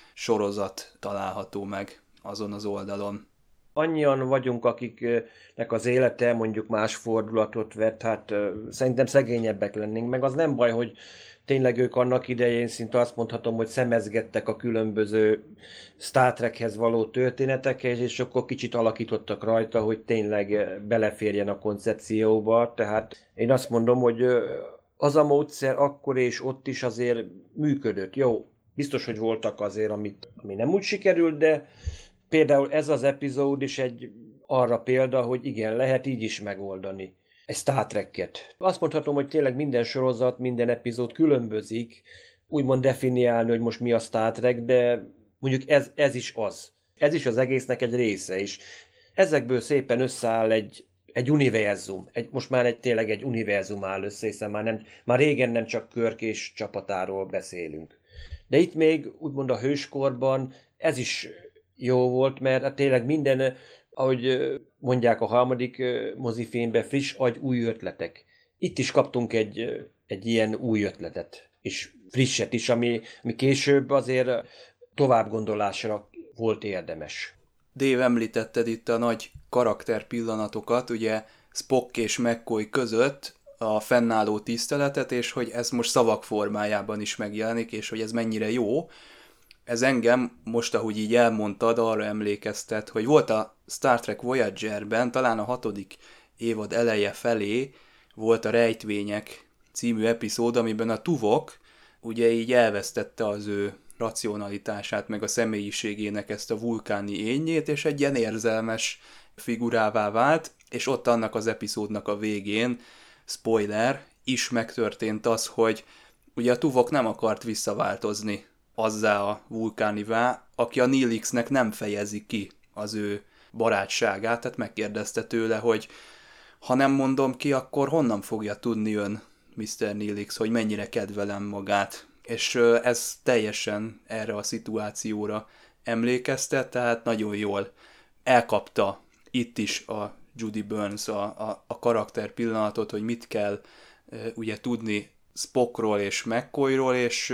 S3: sorozat található meg azon az oldalon.
S4: Annyian vagyunk, akiknek az élete mondjuk más fordulatot vett, hát szerintem szegényebbek lennénk, meg az nem baj, hogy tényleg ők annak idején szinte azt mondhatom, hogy szemezgettek a különböző Star Trekhez való történetekhez, és akkor kicsit alakítottak rajta, hogy tényleg beleférjen a koncepcióba. Tehát én azt mondom, hogy az a módszer akkor és ott is azért működött. Jó, biztos, hogy voltak azért, amit, ami nem úgy sikerült, de például ez az epizód is egy arra példa, hogy igen, lehet így is megoldani egy Star Trek-et. Azt mondhatom, hogy tényleg minden sorozat, minden epizód különbözik, úgymond definiálni, hogy most mi a Star Trek, de mondjuk ez, ez is az. Ez is az egésznek egy része is. Ezekből szépen összeáll egy, egy univerzum. Egy, most már egy, tényleg egy univerzum áll össze, hiszen már, nem, már régen nem csak Kirk és csapatáról beszélünk. De itt még úgymond a hőskorban ez is jó volt, mert hát tényleg minden, ahogy mondják a harmadik mozifilmben, friss agy, új ötletek. Itt is kaptunk egy, egy ilyen új ötletet, és frisset is, ami, ami később azért tovább gondolásra volt érdemes.
S3: Dave, említetted itt a nagy karakter pillanatokat, ugye Spock és McCoy között a fennálló tiszteletet, és hogy ez most szavak formájában is megjelenik, és hogy ez mennyire jó. Ez engem, most ahogy így elmondtad, arra emlékeztet, hogy volt a Star Trek Voyager-ben, talán a hatodik évad eleje felé volt a Rejtvények című epizód, amiben a Tuvok ugye így elvesztette az ő racionalitását, meg a személyiségének ezt a vulkáni énnyét, és egy ilyen érzelmes figurává vált, és ott annak az epizódnak a végén, spoiler, is megtörtént az, hogy ugye a Tuvok nem akart visszaváltozni azzá a vulkánivá, aki a Neelixnek nem fejezi ki az ő barátságát, tehát megkérdezte tőle, hogy ha nem mondom ki, akkor honnan fogja tudni ön, miszter Neelix, hogy mennyire kedvelem magát. És ez teljesen erre a szituációra emlékeztet, tehát nagyon jól elkapta itt is a Judy Burns a, a, a karakter pillanatot, hogy mit kell ugye tudni Spockról és McCoyról, és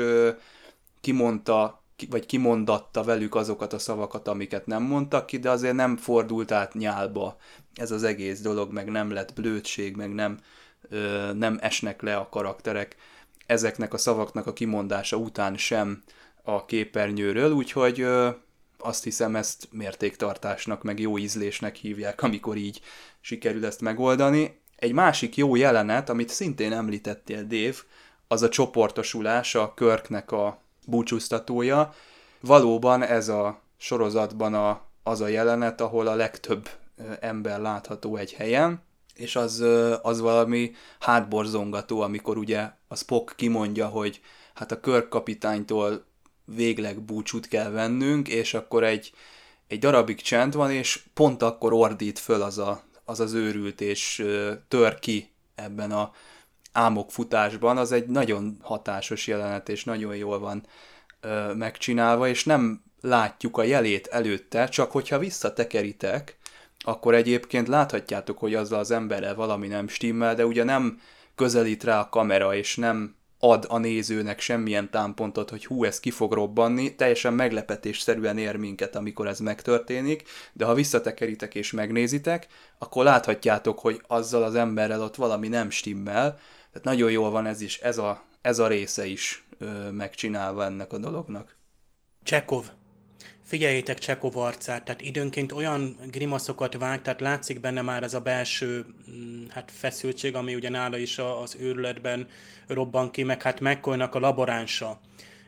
S3: kimondta, vagy kimondatta velük azokat a szavakat, amiket nem mondtak ki, de azért nem fordult át nyálba ez az egész dolog, meg nem lett blödség, meg nem, ö, nem esnek le a karakterek ezeknek a szavaknak a kimondása után sem a képernyőről, úgyhogy ö, azt hiszem ezt mértéktartásnak, meg jó ízlésnek hívják, amikor így sikerül ezt megoldani. Egy másik jó jelenet, amit szintén említettél, Dave, az a csoportosulás, a Kirknek a búcsúztatója. Valóban ez a sorozatban a, az a jelenet, ahol a legtöbb ember látható egy helyen, és az, az valami hátborzongató, amikor ugye a Spock kimondja, hogy hát a Kirk kapitánytól végleg búcsút kell vennünk, és akkor egy, egy darabig csend van, és pont akkor ordít föl az a, az, az őrült, és tör ki ebben a álmokfutásban. Az egy nagyon hatásos jelenet, és nagyon jól van ö, megcsinálva, és nem látjuk a jelét előtte, csak hogyha visszatekeritek, akkor egyébként láthatjátok, hogy azzal az emberrel valami nem stimmel, de ugye nem közelít rá a kamera, és nem ad a nézőnek semmilyen támpontot, hogy hú, ez ki fog robbanni, teljesen meglepetésszerűen ér minket, amikor ez megtörténik, de ha visszatekeritek és megnézitek, akkor láthatjátok, hogy azzal az emberrel ott valami nem stimmel, tehát nagyon jól van ez is, ez a, ez a része is ö, megcsinálva ennek a dolognak.
S5: Csekov. Figyeljétek Csekov arcát, tehát időnként olyan grimaszokat vág, tehát látszik benne már ez a belső hát feszültség, ami ugye nála is az őrületben robban ki, meg hát McCoynak a laboránsa.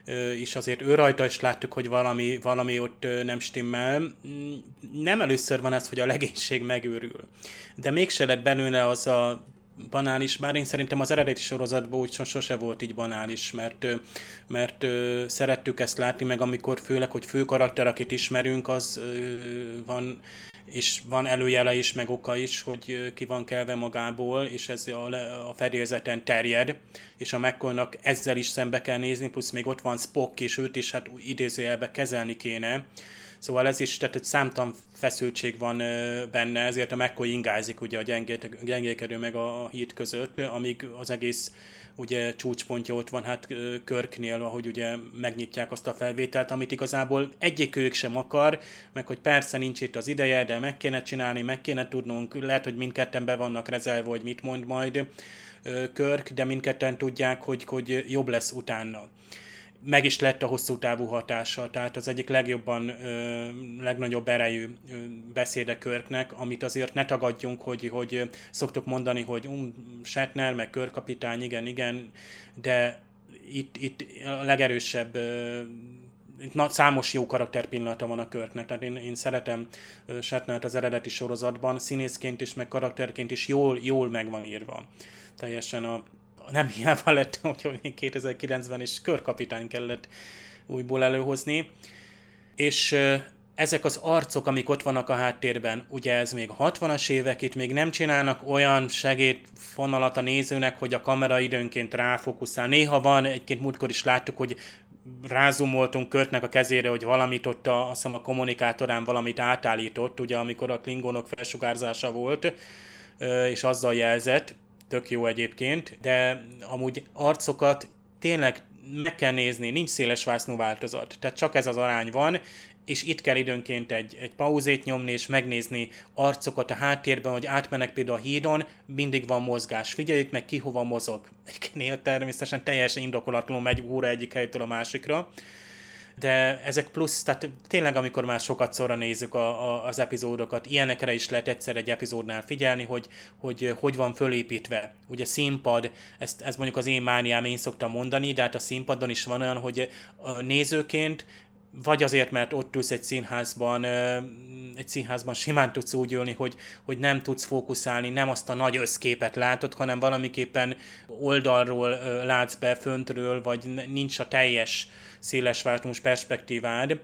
S5: és azért ő rajta is láttuk, hogy valami, valami ott nem stimmel. Nem először van ez, hogy a legénység megőrül. De mégse lett belőle az a banális, bár én szerintem az eredeti sorozatban úgy sose volt így banális, mert, mert szerettük ezt látni, meg amikor főleg, hogy fő karakter, akit ismerünk, az van, és van előjele is, meg oka is, hogy ki van kelve magából, és ez a, a fedélzeten terjed, és a McCoynak ezzel is szembe kell nézni, plusz még ott van Spock, és őt is hát idézőjelben kezelni kéne. Szóval ez is, tehát egy számtalan feszültség van benne, ezért a McCoy ingázik ugye a gyengékedő meg a híd között, amíg az egész ugye csúcspontja ott van hát Kirknél, ahogy ugye megnyitják azt a felvételt, amit igazából egyikőjük sem akar, meg hogy persze nincs itt az ideje, de meg kéne csinálni, meg kéne tudnunk, lehet, hogy mindketten be vannak rezelve, hogy mit mond majd Kirk, de mindketten tudják, hogy, hogy jobb lesz utána. Meg is lett a hosszú távú hatása, tehát az egyik legjobban, ö, legnagyobb erejű ö, beszéde Kirknek, amit azért ne tagadjunk, hogy, hogy szoktuk mondani, hogy um, Shatner, meg Kirk kapitány, igen, igen, de itt, itt a legerősebb, ö, itt számos jó karakterpillanata van a Kirknek, tehát én, én szeretem Shatnert az eredeti sorozatban, színészként is, meg karakterként is jól, jól meg van írva. Teljesen a nem hiába lett, hogy kétezer-kilencben is körkapitány kellett újból előhozni. És ezek az arcok, amik ott vannak a háttérben, ugye ez még a hatvanas évek, itt még nem csinálnak olyan segédfonalat a nézőnek, hogy a kamera időnként ráfókuszál. Néha van, egyébként múltkor is láttuk, hogy rázumoltunk Kirknek a kezére, hogy valamit ott a, azt hiszem a kommunikátorán valamit átállított, ugye amikor a klingonok felsugárzása volt, és azzal jelzett. Tök jó egyébként, de amúgy arcokat tényleg meg kell nézni, nincs széles vásznú változat, tehát csak ez az arány van, és itt kell időnként egy, egy pauzét nyomni, és megnézni arcokat a háttérben, hogy átmenek például a hídon, mindig van mozgás. Figyeljük meg ki hova mozog. Egyébként természetesen teljesen indokolatlanul megy óra egyik helytől a másikra, de ezek plusz, tehát tényleg amikor már sokat szorra nézzük a, a, az epizódokat, ilyenekre is lehet egyszer egy epizódnál figyelni, hogy hogy, hogy van fölépítve. Ugye színpad, ezt, ez mondjuk az én mániám, én szoktam mondani, de hát a színpadon is van olyan, hogy a nézőként, vagy azért, mert ott ülsz egy színházban, egy színházban simán tudsz úgy ülni, hogy, hogy nem tudsz fókuszálni, nem azt a nagy összképet látod, hanem valamiképpen oldalról látsz be, föntről, vagy nincs a teljes szélesváltós perspektívád,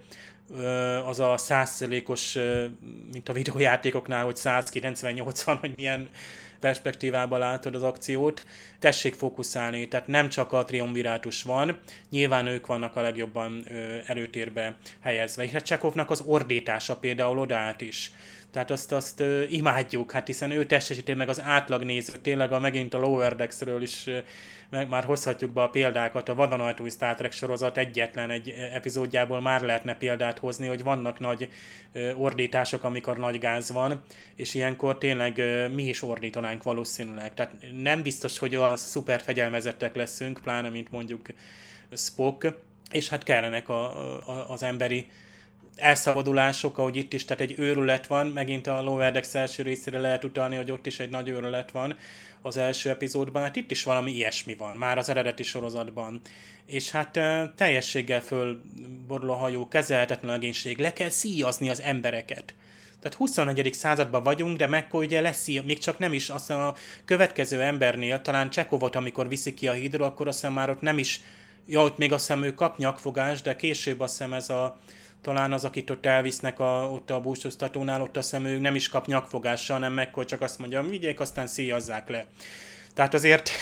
S5: az a száz százalékos, mint a videójátékoknál, hogy száz kilencvennyolcvan, hogy milyen perspektívában látod az akciót. Tessék fókuszálni, tehát nem csak a triumvirátus van, nyilván ők vannak a legjobban előtérbe helyezve. És Csekovnak az ordítása például odaát is. Tehát azt, azt uh, imádjuk, hát hiszen ő testesíti meg az átlagnéző, tényleg a, megint a Lower Decks-ről is uh, meg már hozhatjuk be a példákat, a vadonajtói Star Trek sorozat egyetlen egy epizódjából már lehetne példát hozni, hogy vannak nagy uh, ordítások, amikor nagy gáz van, és ilyenkor tényleg uh, mi is ordítanánk valószínűleg. Tehát nem biztos, hogy a szuper fegyelmezettek leszünk, pláne mint mondjuk Spock, és hát kellenek a, a, az emberi elszabadulások, ahogy itt is, tehát egy őrület van, megint a Lower Decks első részére lehet utalni, hogy ott is egy nagy őrület van az első epizódban, hát itt is valami ilyesmi van, már az eredeti sorozatban. És hát teljességgel fölborul a hajó, kezelhetetlen legénység, le kell szíjazni az embereket. Tehát huszonegyedik században vagyunk, de McCoy ugye leszíj, még csak nem is, azt a következő embernél, talán Csekovot, amikor viszik ki a hídról, akkor azt hiszem már ott nem is, ja, ott még azt hiszem ő kap nyakfogást, de később azt hiszem ez a talán az, akit ott elvisznek a, ott a búcsúztatónál, ott azt hiszem ő nem is kap nyakfogással, hanem McCoy csak azt mondja, vigyék, aztán szíjazzák le. Tehát azért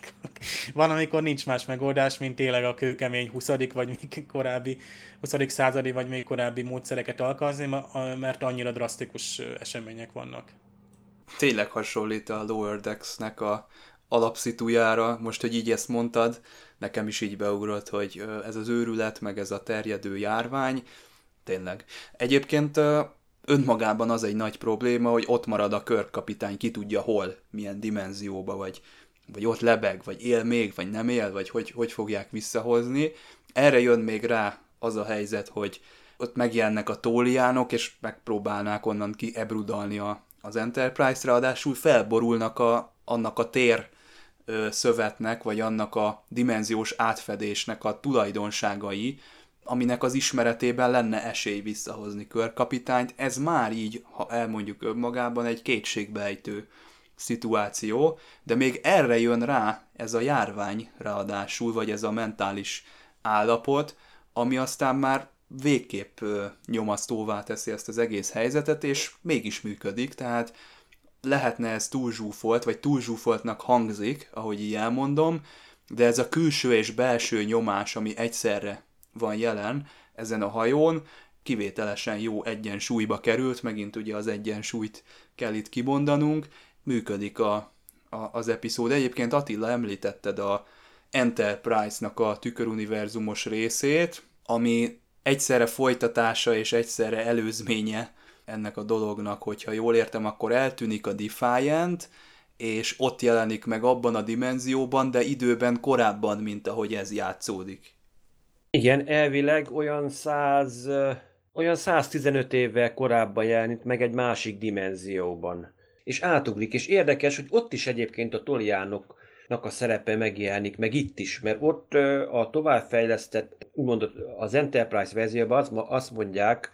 S5: van, amikor nincs más megoldás, mint tényleg a kőkemény huszadik vagy még korábbi, huszadik századi vagy még korábbi módszereket alkalmazni, mert annyira drasztikus események vannak.
S3: Tényleg hasonlít a Lower Decks-nek a alapszitujára, most, hogy így ezt mondtad, nekem is így beugrott, hogy ez az őrület, meg ez a terjedő járvány, tényleg. Egyébként önmagában az egy nagy probléma, hogy ott marad a Kirk kapitány, ki tudja hol, milyen dimenzióba, vagy, vagy ott lebeg, vagy él még, vagy nem él, vagy hogy, hogy fogják visszahozni. Erre jön még rá az a helyzet, hogy ott megjelennek a tóliánok, és megpróbálnák onnan kiebrudalni a, az Enterprise, ráadásul felborulnak a, annak a tér ö, szövetnek, vagy annak a dimenziós átfedésnek a tulajdonságai, aminek az ismeretében lenne esély visszahozni Kirk kapitányt. Ez már így, ha elmondjuk önmagában, egy kétségbejtő szituáció, de még erre jön rá ez a járvány ráadásul, vagy ez a mentális állapot, ami aztán már végképp nyomasztóvá teszi ezt az egész helyzetet, és mégis működik, tehát lehetne ez túlzsúfolt, vagy túlzsúfoltnak hangzik, ahogy így elmondom, de ez a külső és belső nyomás, ami egyszerre van jelen ezen a hajón, kivételesen jó egyensúlyba került, megint ugye az egyensúlyt kell itt kimondanunk, működik a, a, az epizód. Egyébként Attila, említetted a Enterprise-nak a tüköruniverzumos részét, ami egyszerre folytatása és egyszerre előzménye ennek a dolognak, hogyha jól értem, akkor eltűnik a Defiant, és ott jelenik meg abban a dimenzióban, de időben korábban, mint ahogy ez játszódik.
S4: Igen, elvileg olyan száz, olyan száztizenöt évvel korábban jelenik meg egy másik dimenzióban. És átugrik, és érdekes, hogy ott is egyébként a Toliánoknak a szerepe megjelenik, meg itt is, mert ott a továbbfejlesztett, úgymond az Enterprise verzióban azt mondják,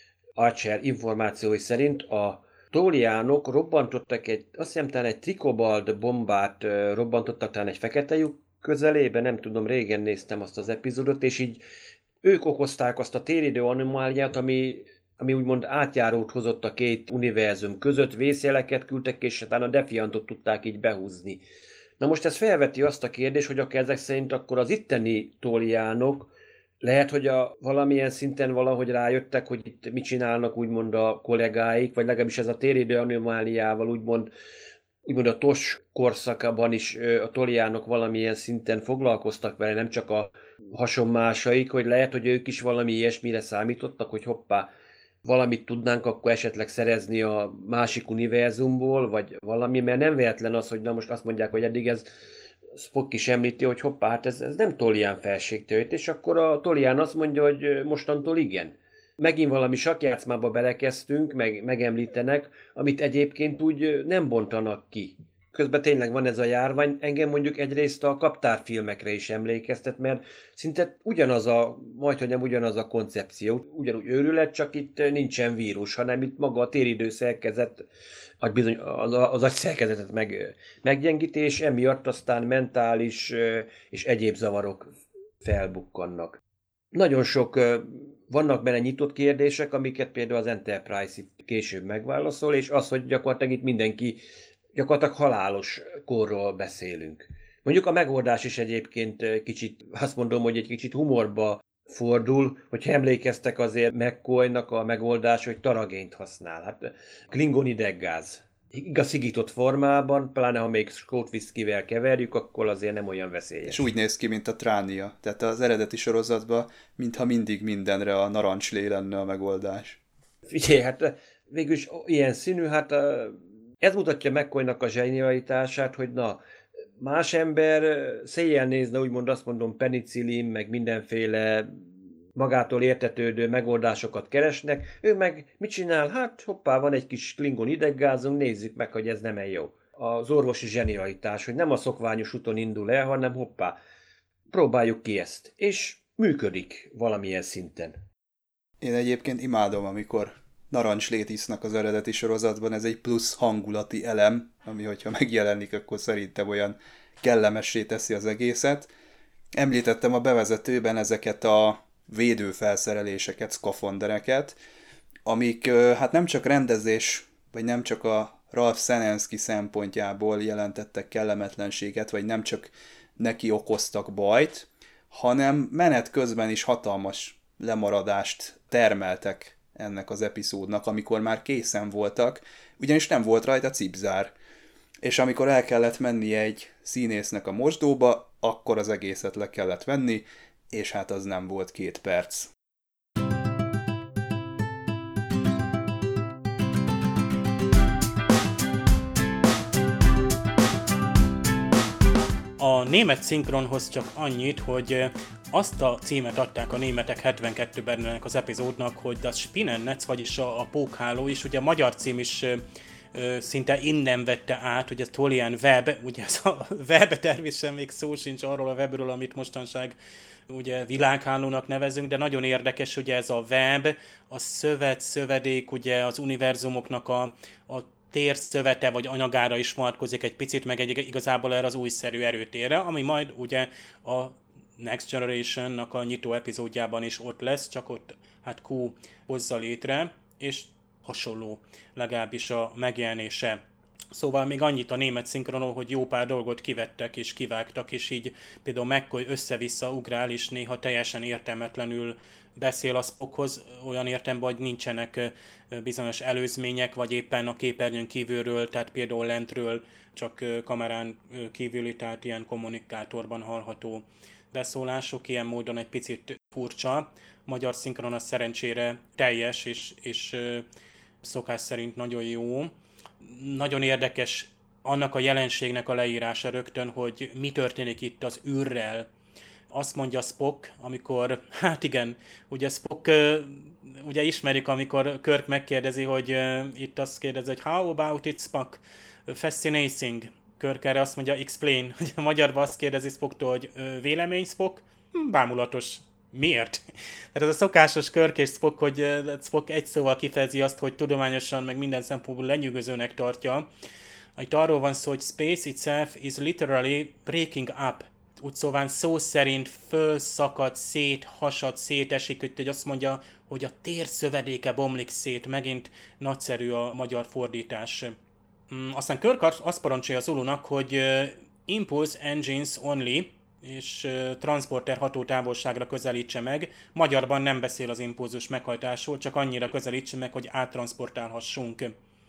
S4: Archer információi szerint a Toliánok robbantottak egy, azt hiszem talán egy trikobald bombát robbantottak talán egy fekete lyuk közelében, nem tudom, régen néztem azt az epizódot, és így ők okozták azt a téridő anomáliát, ami, ami úgymond átjárót hozott a két univerzum között, vészjeleket küldtek, és talán a Defiantot tudták így behúzni. Na most ez felveti azt a kérdést, hogy akár ezek szerint akkor az itteni Toliánok lehet, hogy a valamilyen szinten valahogy rájöttek, hogy itt mit csinálnak úgymond a kollégáik, vagy legalábbis ez a téridő anomáliával úgymond, úgymond a TOS korszakában is a Toliánok valamilyen szinten foglalkoztak vele, nem csak a hasonmásaik, hogy lehet, hogy ők is valami ilyesmire számítottak, hogy hoppá, valamit tudnánk akkor esetleg szerezni a másik univerzumból, vagy valami, mert nem véletlen az, hogy na most azt mondják, hogy eddig ez Spock is említi, hogy hoppá, hát ez, ez nem Tolián felségtőjét, és akkor a Tolián azt mondja, hogy mostantól igen. Megint valami sakkjátszmába belekezdtünk, meg, megemlítenek, amit egyébként úgy nem bontanak ki. Közben tényleg van ez a járvány, engem mondjuk egyrészt a kaptárfilmekre is emlékeztet, mert szinte ugyanaz a, majdhogy nem ugyanaz a koncepció, ugyanúgy őrület, csak itt nincsen vírus, hanem itt maga a téridő szerkezet, bizony az, az agyszerkezetet meg, meggyengíti, és emiatt aztán mentális és egyéb zavarok felbukkannak. Nagyon sok vannak benne nyitott kérdések, amiket például az Enterprise később megválaszol, és az, hogy gyakorlatilag itt mindenki gyakorlatilag halálos korról beszélünk. Mondjuk a megoldás is egyébként kicsit, azt mondom, hogy egy kicsit humorba fordul, hogyha emlékeztek azért McCoy-nak a megoldás, hogy taragént használ. Hát klingon ideggáz. Igaz szigított formában, pláne ha még Scott whiskyvel keverjük, akkor azért nem olyan veszélyes.
S3: És úgy néz ki, mint a Tránia. Tehát az eredeti sorozatban, mintha mindig mindenre a narancslé lenne a megoldás.
S4: Figyelj, hát végülis ilyen színű, hát ez mutatja McCoy-nak a zsenialitását, hogy na, más ember széjjel nézne, úgymond azt mondom, penicillin, meg mindenféle magától értetődő megoldásokat keresnek. Ő meg mit csinál? Hát hoppá, van egy kis klingon ideggázunk, nézzük meg, hogy ez nem jó. Az orvosi zsenialitás, hogy nem a szokványos úton indul el, hanem hoppá, próbáljuk ki ezt. És működik valamilyen szinten.
S3: Én egyébként imádom, amikor narancslét isznak az eredeti sorozatban, ez egy plusz hangulati elem, ami hogyha megjelenik, akkor szerintem olyan kellemessé teszi az egészet. Említettem a bevezetőben ezeket a védőfelszereléseket, szkafandereket, amik hát nem csak rendezés, vagy nem csak a Ralph Senensky szempontjából jelentettek kellemetlenséget, vagy nem csak neki okoztak bajt, hanem menet közben is hatalmas lemaradást termeltek ennek az epizódnak, amikor már készen voltak, ugyanis nem volt rajta cipzár. És amikor el kellett mennie egy színésznek a mosdóba, akkor az egészet le kellett venni, és hát az nem volt két perc.
S5: A német szinkronhoz csak annyit, hogy azt a címet adták a németek hetvenkettőben ennek az epizódnak, hogy Das Spinnennetz, vagyis a, a pókháló, és ugye a magyar cím is szinte innen vette át, hogy ez Tolian Web, ugye ez a web természetesen még szó sincs arról a webről, amit mostanság ugye világhálónak nevezünk, de nagyon érdekes, ugye ez a web, a szövet, szövedék, ugye az univerzumoknak a, a térszövete vagy anyagára is vonatkozik egy picit, meg egy, igazából erre az újszerű erőtérre, ami majd ugye a Next Generation-nak a nyitó epizódjában is ott lesz, csak ott hát Q hozza létre, és hasonló legalábbis a megjelenése. Szóval még annyit a német szinkronról, hogy jó pár dolgot kivettek és kivágtak, és így például McCoy össze-vissza ugrál, és néha teljesen értelmetlenül beszél a Spockhoz, olyan értelemben, hogy nincsenek bizonyos előzmények, vagy éppen a képernyőn kívülről, tehát például lentről, csak kamerán kívüli, tehát ilyen kommunikátorban hallható beszólások, ilyen módon egy picit furcsa. Magyar szinkron az szerencsére teljes, és, és szokás szerint nagyon jó. Nagyon érdekes annak a jelenségnek a leírása rögtön, hogy mi történik itt az űrrel. Azt mondja Spock, amikor, hát igen, ugye Spock, ugye ismerik, amikor Kirk megkérdezi, hogy itt azt kérdezi, hogy how about it, Spock? Fascinating. Kirk erre azt mondja, explain. A magyarban azt kérdezi Spocktól, hogy vélemény, Spock? Bámulatos. Miért? Tehát ez a szokásos Kirk és Spock, hogy Spock egy szóval kifejezi azt, hogy tudományosan meg minden szempontból lenyűgözőnek tartja. Itt arról van szó, hogy space itself is literally breaking up. Úgy szóval szó szerint fölszakad, szét, hasad, szétesik, hogy azt mondja, hogy a térszövedéke bomlik szét. Megint nagyszerű a magyar fordítás. Aztán Kirk azt parancsolja az Zulunak, hogy impulse engines only, és transporter hatótávolságra közelítse meg. Magyarban nem beszél az impulzus meghajtásról, csak annyira közelítse meg, hogy áttranszportálhassunk.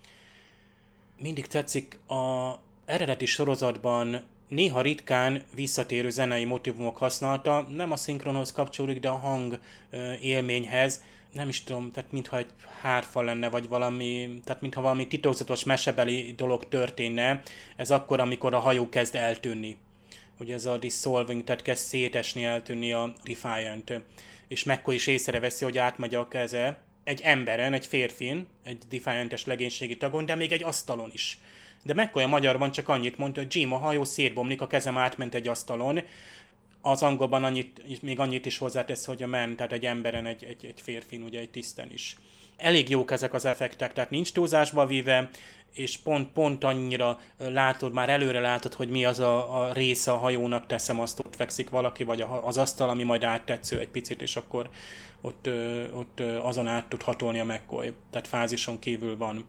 S5: Mindig tetszik a eredeti sorozatban néha ritkán visszatérő zenei motívumok használata, nem a szinkronhoz kapcsolódik, de a hang élményhez. Nem is tudom, tehát mintha egy hárfa lenne, vagy valami, tehát mintha valami titokzatos mesebeli dolog történne. Ez akkor, amikor a hajó kezd eltűnni. Ugye ez a dissolving, tehát kezd szétesni, eltűnni a Defiant. És McCoy is észreveszi, hogy átmegy a keze egy emberen, egy férfin, egy Defiant-es legénységi tagon, de még egy asztalon is. De McCoy a magyarban csak annyit mondta, hogy Jim, a hajó szétbomlik, a kezem átment egy asztalon. Az angolban annyit, még annyit is hozzátesz, hogy a man, tehát egy emberen, egy, egy, egy férfin, ugye egy tiszten is. Elég jók ezek az effektek, tehát nincs túlzásba víve, és pont, pont annyira látod, már előre látod, hogy mi az a, a része a hajónak, teszem azt, ott fekszik valaki, vagy az asztal, ami majd áttetsző egy picit, és akkor ott, ott azon át tud hatolni a McCoy. Tehát fázison kívül van.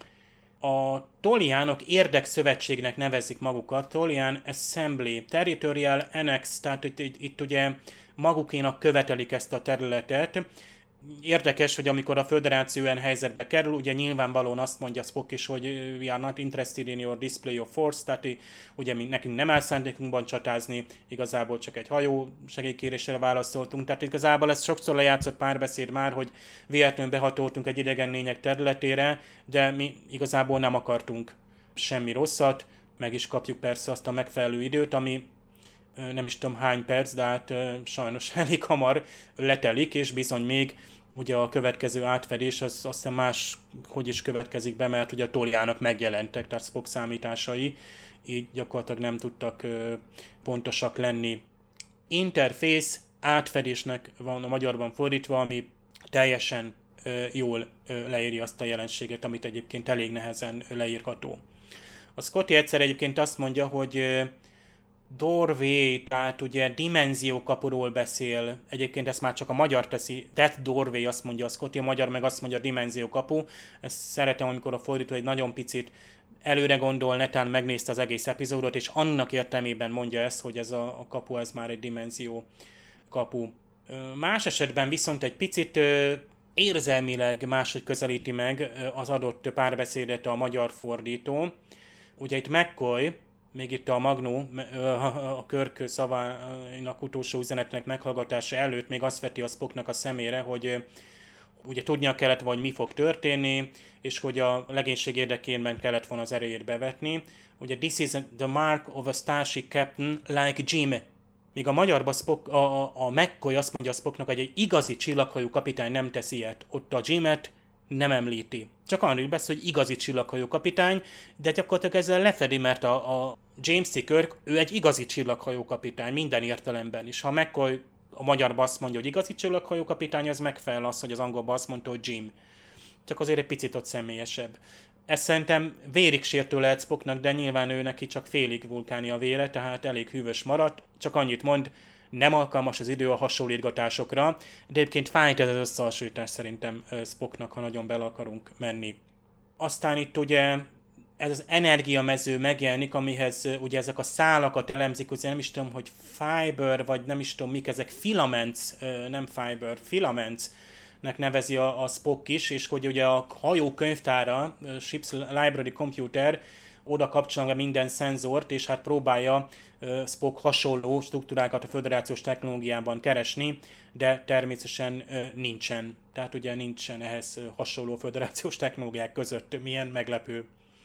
S5: A Tolianok érdekszövetségnek nevezik magukat, Tolian Assembly, Territorial Annex, tehát itt, itt, itt ugye magukénak követelik ezt a területet. Érdekes, hogy amikor a föderáció ilyen helyzetbe kerül, ugye nyilvánvalóan azt mondja Spock is, hogy we are not interested in your display of force, tehát ugye mi, nekünk nem áll szándékunkban csatázni, igazából csak egy hajó segélykérésre válaszoltunk, tehát igazából ez sokszor lejátszott párbeszéd már, hogy véletlenül behatoltunk egy idegen lények területére, de mi igazából nem akartunk semmi rosszat, meg is kapjuk persze azt a megfelelő időt, ami nem is tudom hány perc, de hát sajnos elég hamar letelik, és bizony még ugye a következő átfedés az azt hiszem más, hogy is következik be, mert ugye a Toliának megjelentek, tehát Spock számításai, így gyakorlatilag nem tudtak pontosak lenni. Interface átfedésnek van a magyarban fordítva, ami teljesen jól leírja azt a jelenséget, amit egyébként elég nehezen leírható. A Scotty egyszer egyébként azt mondja, hogy doorway, tehát ugye dimenziókapuról beszél, egyébként ezt már csak a magyar teszi, that doorway azt mondja a Scotty, a magyar meg azt mondja dimenziókapu. Ezt szeretem, amikor a fordító egy nagyon picit előre gondol, netán megnézte az egész epizódot, és annak értelmében mondja ezt, hogy ez a, a kapu, ez már egy dimenzió kapu. Más esetben viszont egy picit érzelmileg máshogy közelíti meg az adott párbeszédet a magyar fordító. Ugye itt McCoy, még itt a Magnó, a Kirk szavának utolsó üzenetnek meghallgatása előtt még azt veti a Spocknak a szemére, hogy ugye tudnia kellett, vagy mi fog történni, és hogy a legénység érdekében kellett volna az erejét bevetni. Ugye this is the mark of a starship captain like Jim. Míg a magyarban Spock, a, a, a McCoy azt mondja a Spocknak, hogy egy igazi csillaghajó kapitány nem tesz ilyet. Ott a Jimet nem említi. Csak arról beszél, hogy igazi csillaghajó kapitány, de gyakorlatilag ezzel lefedi, mert a, a James C. Kirk, ő egy igazi csillaghajó kapitány minden értelemben is. Ha McCoy a magyarban azt mondja, hogy igazi csillaghajó kapitány, az megfelel az, hogy az angolban azt mondta, hogy Jim. Csak azért egy picit ott személyesebb. Ez szerintem vérig sértő lehet Spocknak, de nyilván ő neki csak félig vulkáni a vére, tehát elég hűvös maradt. Csak annyit mond, nem alkalmas az idő a hasonlítgatásokra, de egyébként fájt ez az összehasonlítás szerintem Spocknak, ha nagyon bele akarunk menni. Aztán itt ugye ez az energiamező megjelenik, amihez ugye ezek a szálakat elemzik, ugye nem is tudom, hogy fiber, vagy nem is tudom mik, ezek filaments, nem fiber, filaments, nek nevezi a, a Spock is, és hogy ugye a hajó könyvtára, Ship's Library Computer, oda kapcsolja minden szenzort, és hát próbálja uh, Spock hasonló struktúrákat a föderációs technológiában keresni, de természetesen uh, nincsen. Tehát ugye nincsen ehhez uh, hasonló föderációs technológiák között. Milyen meglepő.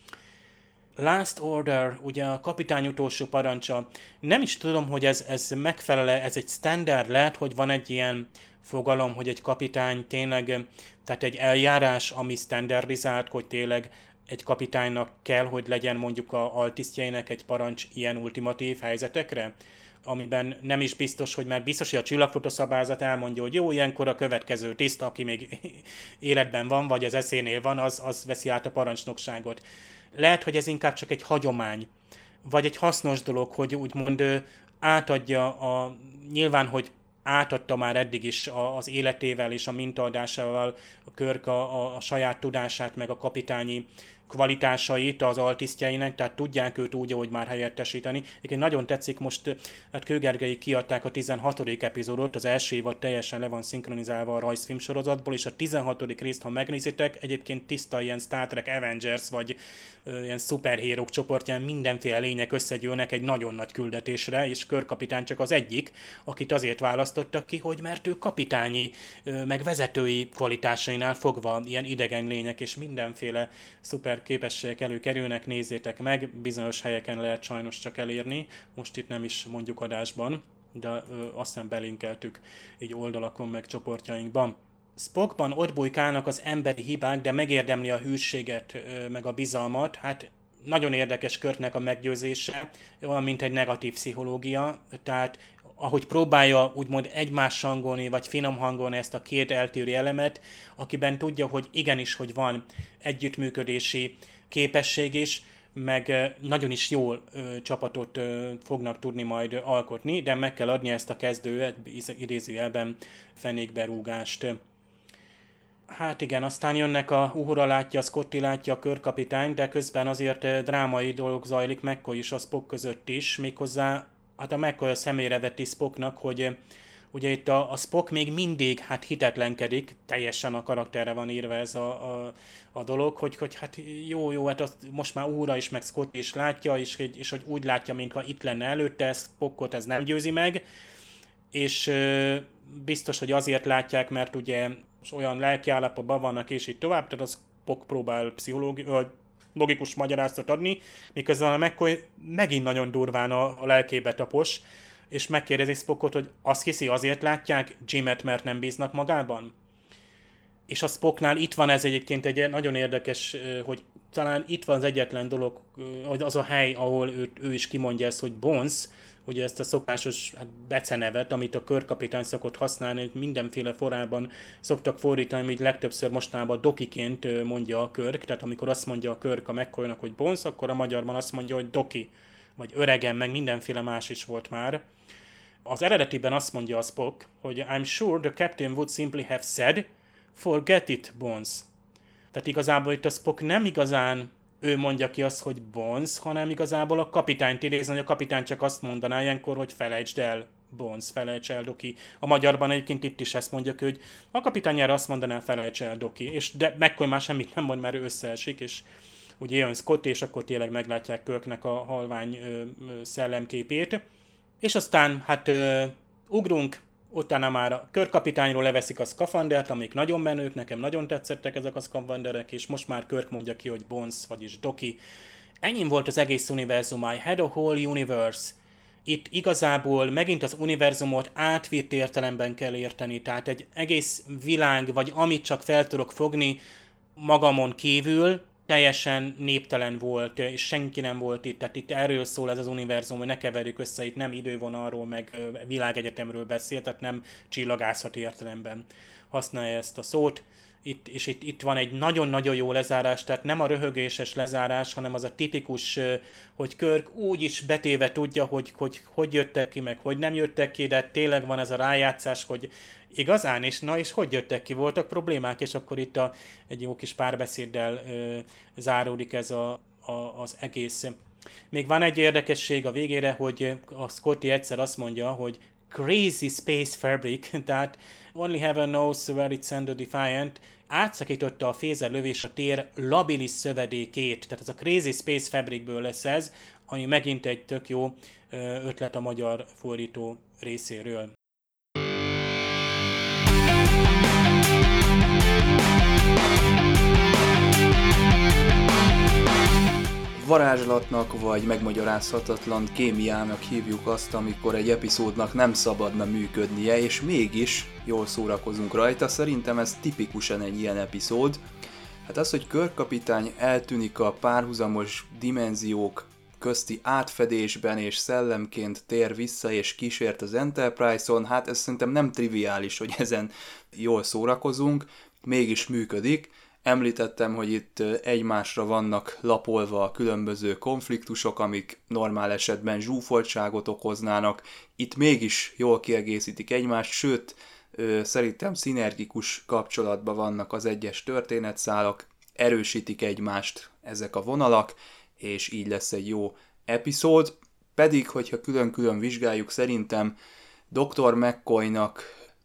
S5: Last Order, ugye a kapitány utolsó parancsa. Nem is tudom, hogy ez, ez megfelel, ez egy standard, lehet, hogy van egy ilyen fogalom, hogy egy kapitány tényleg, tehát egy eljárás, ami standardizált, hogy tényleg egy kapitánynak kell, hogy legyen mondjuk a altisztjeinek egy parancs ilyen ultimatív helyzetekre, amiben nem is biztos, hogy már biztos, hogy a csillagfotó szabályzat elmondja, hogy jó, ilyenkor a következő tiszt, aki még életben van, vagy az eszénél van, az, az veszi át a parancsnokságot. Lehet, hogy ez inkább csak egy hagyomány, vagy egy hasznos dolog, hogy úgymond átadja a, nyilván, hogy átadta már eddig is az életével és a mintaadásával a Kirk a, a, a saját tudását, meg a kapitányi kvalitásait az altisztjeinek, tehát tudják őt úgy, ahogy már helyettesíteni. Egyébként nagyon tetszik, most hát Kőgergelyik kiadták a tizenhatodik epizódot, az első évad teljesen le van szinkronizálva a rajzfilm sorozatból, és a tizenhatodik részt, ha megnézitek, egyébként tiszta ilyen Star Trek Avengers, vagy ö, ilyen szuperhérók csoportján mindenféle lények összegyűlnek egy nagyon nagy küldetésre, és Kirk kapitány csak az egyik, akit azért választottak ki, hogy mert ő kapitányi, ö, meg vezetői kvalitásainál fogva ilyen idegen lények, és mindenféle szuper képességek előkerülnek, nézzétek meg, bizonyos helyeken lehet sajnos csak elérni, most itt nem is mondjuk adásban, de ö, aztán belinkeltük így oldalakon meg csoportjainkban. Spockban ott bujkálnak az emberi hibák, de megérdemli a hűséget, ö, meg a bizalmat, hát nagyon érdekes Kirknek a meggyőzése, olyan, mint egy negatív pszichológia, tehát ahogy próbálja úgymond egymás hangolni, vagy finom hangolni ezt a két eltérő elemet, akiben tudja, hogy igenis, hogy van együttműködési képesség is, meg nagyon is jól ö, csapatot ö, fognak tudni majd alkotni, de meg kell adni ezt a kezdő, idézőjelben fenékberúgást. Hát igen, aztán jönnek a Uhura látja, a Scotty látja, a Kirk kapitány, de közben azért drámai dolog zajlik McCoy és a Spock között is, méghozzá hát a McCoy a személyre veti Spocknak, hogy ugye itt a, a Spock még mindig hát hitetlenkedik, teljesen a karakterre van írva ez a, a, a dolog, hogy, hogy hát jó, jó, hát azt most már Uhura is, meg Scott is látja, és, és hogy úgy látja, mintha itt lenne előtte, Spockot ez nem győzi meg, és ö, biztos, hogy azért látják, mert ugye olyan lelkiállapotban vannak, és így tovább, tehát az Spock próbál pszichológiai, logikus magyarázatot adni, miközben a McCoy megint nagyon durván a, a lelkébe tapos, és megkérdezi Spockot, hogy azt hiszi, azért látják Jimet, mert nem bíznak magában? És a Spocknál itt van ez egyébként egy nagyon érdekes, hogy talán itt van az egyetlen dolog, az a hely, ahol ő, ő is kimondja ezt, hogy Bones, ugye ezt a szokásos hát, becenevet, amit a Kirk kapitány szokott használni, mindenféle forrában szoktak fordítani, így legtöbbször mostanában Dokiként mondja a Kirk, tehát amikor azt mondja a Kirk a McCoynak, hogy Bones, akkor a magyarban azt mondja, hogy Doki, vagy öregen, meg mindenféle más is volt már. Az eredetiben azt mondja a Spock, hogy I'm sure the captain would simply have said, forget it, Bones. Tehát igazából itt a Spock nem igazán ő mondja ki azt, hogy Bones, hanem igazából a kapitányt idézni, hogy a kapitány csak azt mondaná ilyenkor, hogy felejtsd el Bones, felejts el Doki. A magyarban egyébként itt is ezt mondja ki, hogy a kapitány erre azt mondaná, felejts el Doki. És de McCoy már semmit nem mond, mert ő összeesik, és ugye jön Scott, és akkor tényleg meglátják Kirknek a halvány ö, ö, szellemképét. És aztán hát ö, ugrunk, utána már a Kirk kapitányról leveszik a szkafandert, amik nagyon menők, nekem nagyon tetszettek ezek a szkafanderek, és most már Kirk mondja ki, hogy Bones, vagyis Doki. Ennyi volt az egész univerzum, I had a whole universe. Itt igazából megint az univerzumot átvitt értelemben kell érteni, tehát egy egész világ, vagy amit csak fel tudok fogni, magamon kívül teljesen néptelen volt, és senki nem volt itt. Tehát itt erről szól ez az univerzum, hogy ne keverjük össze, itt nem idővonalról, meg világegyetemről beszél, tehát nem csillagászati értelemben használja ezt a szót. Itt, és itt, itt van egy nagyon-nagyon jó lezárás, tehát nem a röhögéses lezárás, hanem az a tipikus, hogy Kirk úgy is betéve tudja, hogy, hogy hogy jöttek ki, meg hogy nem jöttek ki, de tényleg van ez a rájátszás, hogy igazán, és na, és hogy jöttek ki, voltak problémák, és akkor itt a, egy jó kis párbeszéddel ö, záródik ez a, a, az egész. Még van egy érdekesség a végére, hogy a Scotty egyszer azt mondja, hogy crazy space fabric, tehát only heaven knows where it's under defiant, átszakította a fézerlövés a tér labilis szövedékét, tehát ez a crazy space fabricből lesz ez, ami megint egy tök jó ötlet a magyar fordító részéről.
S3: Varázslatnak vagy megmagyarázhatatlan kémiának hívjuk azt, amikor egy epizódnak nem szabadna működnie, és mégis jól szórakozunk rajta. Szerintem ez tipikusan egy ilyen epizód. Hát az, hogy Kirk kapitány eltűnik a párhuzamos dimenziók közti átfedésben, és szellemként tér vissza és kísért az Enterprise-on, hát ez szerintem nem triviális, hogy ezen jól szórakozunk, mégis működik. Említettem, hogy itt egymásra vannak lapolva a különböző konfliktusok, amik normál esetben zsúfoltságot okoznának. Itt mégis jól kiegészítik egymást, sőt, szerintem szinergikus kapcsolatban vannak az egyes történetszálak, erősítik egymást ezek a vonalak, és így lesz egy jó epizód. Pedig, hogyha külön-külön vizsgáljuk, szerintem doktor McCoynak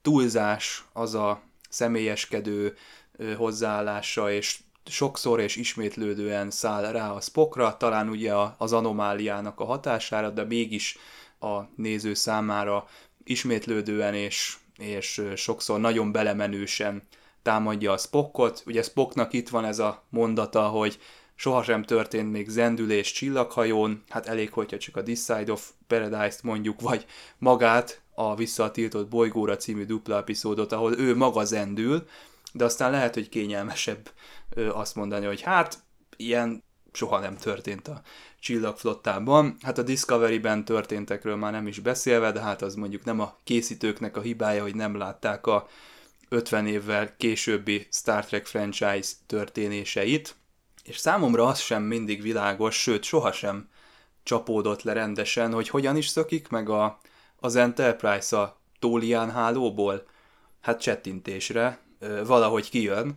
S3: túlzás az a személyeskedő hozzáállása, és sokszor és ismétlődően száll rá a Spockra, talán ugye az anomáliának a hatására, de mégis a néző számára ismétlődően és, és sokszor nagyon belemenősen támadja a Spockot. Ugye Spocknak itt van ez a mondata, hogy sohasem történt még zendülés csillaghajón, hát elég, hogyha csak a This Side of Paradise-t mondjuk, vagy magát a Vissza a tiltott bolygóra című dupla epizódot, ahol ő maga zendül, de aztán lehet, hogy kényelmesebb azt mondani, hogy hát ilyen soha nem történt a csillagflottában. Hát a Discovery-ben történtekről már nem is beszélve, de hát az mondjuk nem a készítőknek a hibája, hogy nem látták a ötven évvel későbbi Star Trek franchise történéseit, és számomra az sem mindig világos, sőt sohasem csapódott le rendesen, hogy hogyan is szökik meg a, az Enterprise a Tólián hálóból. Hát csettintésre valahogy kijön,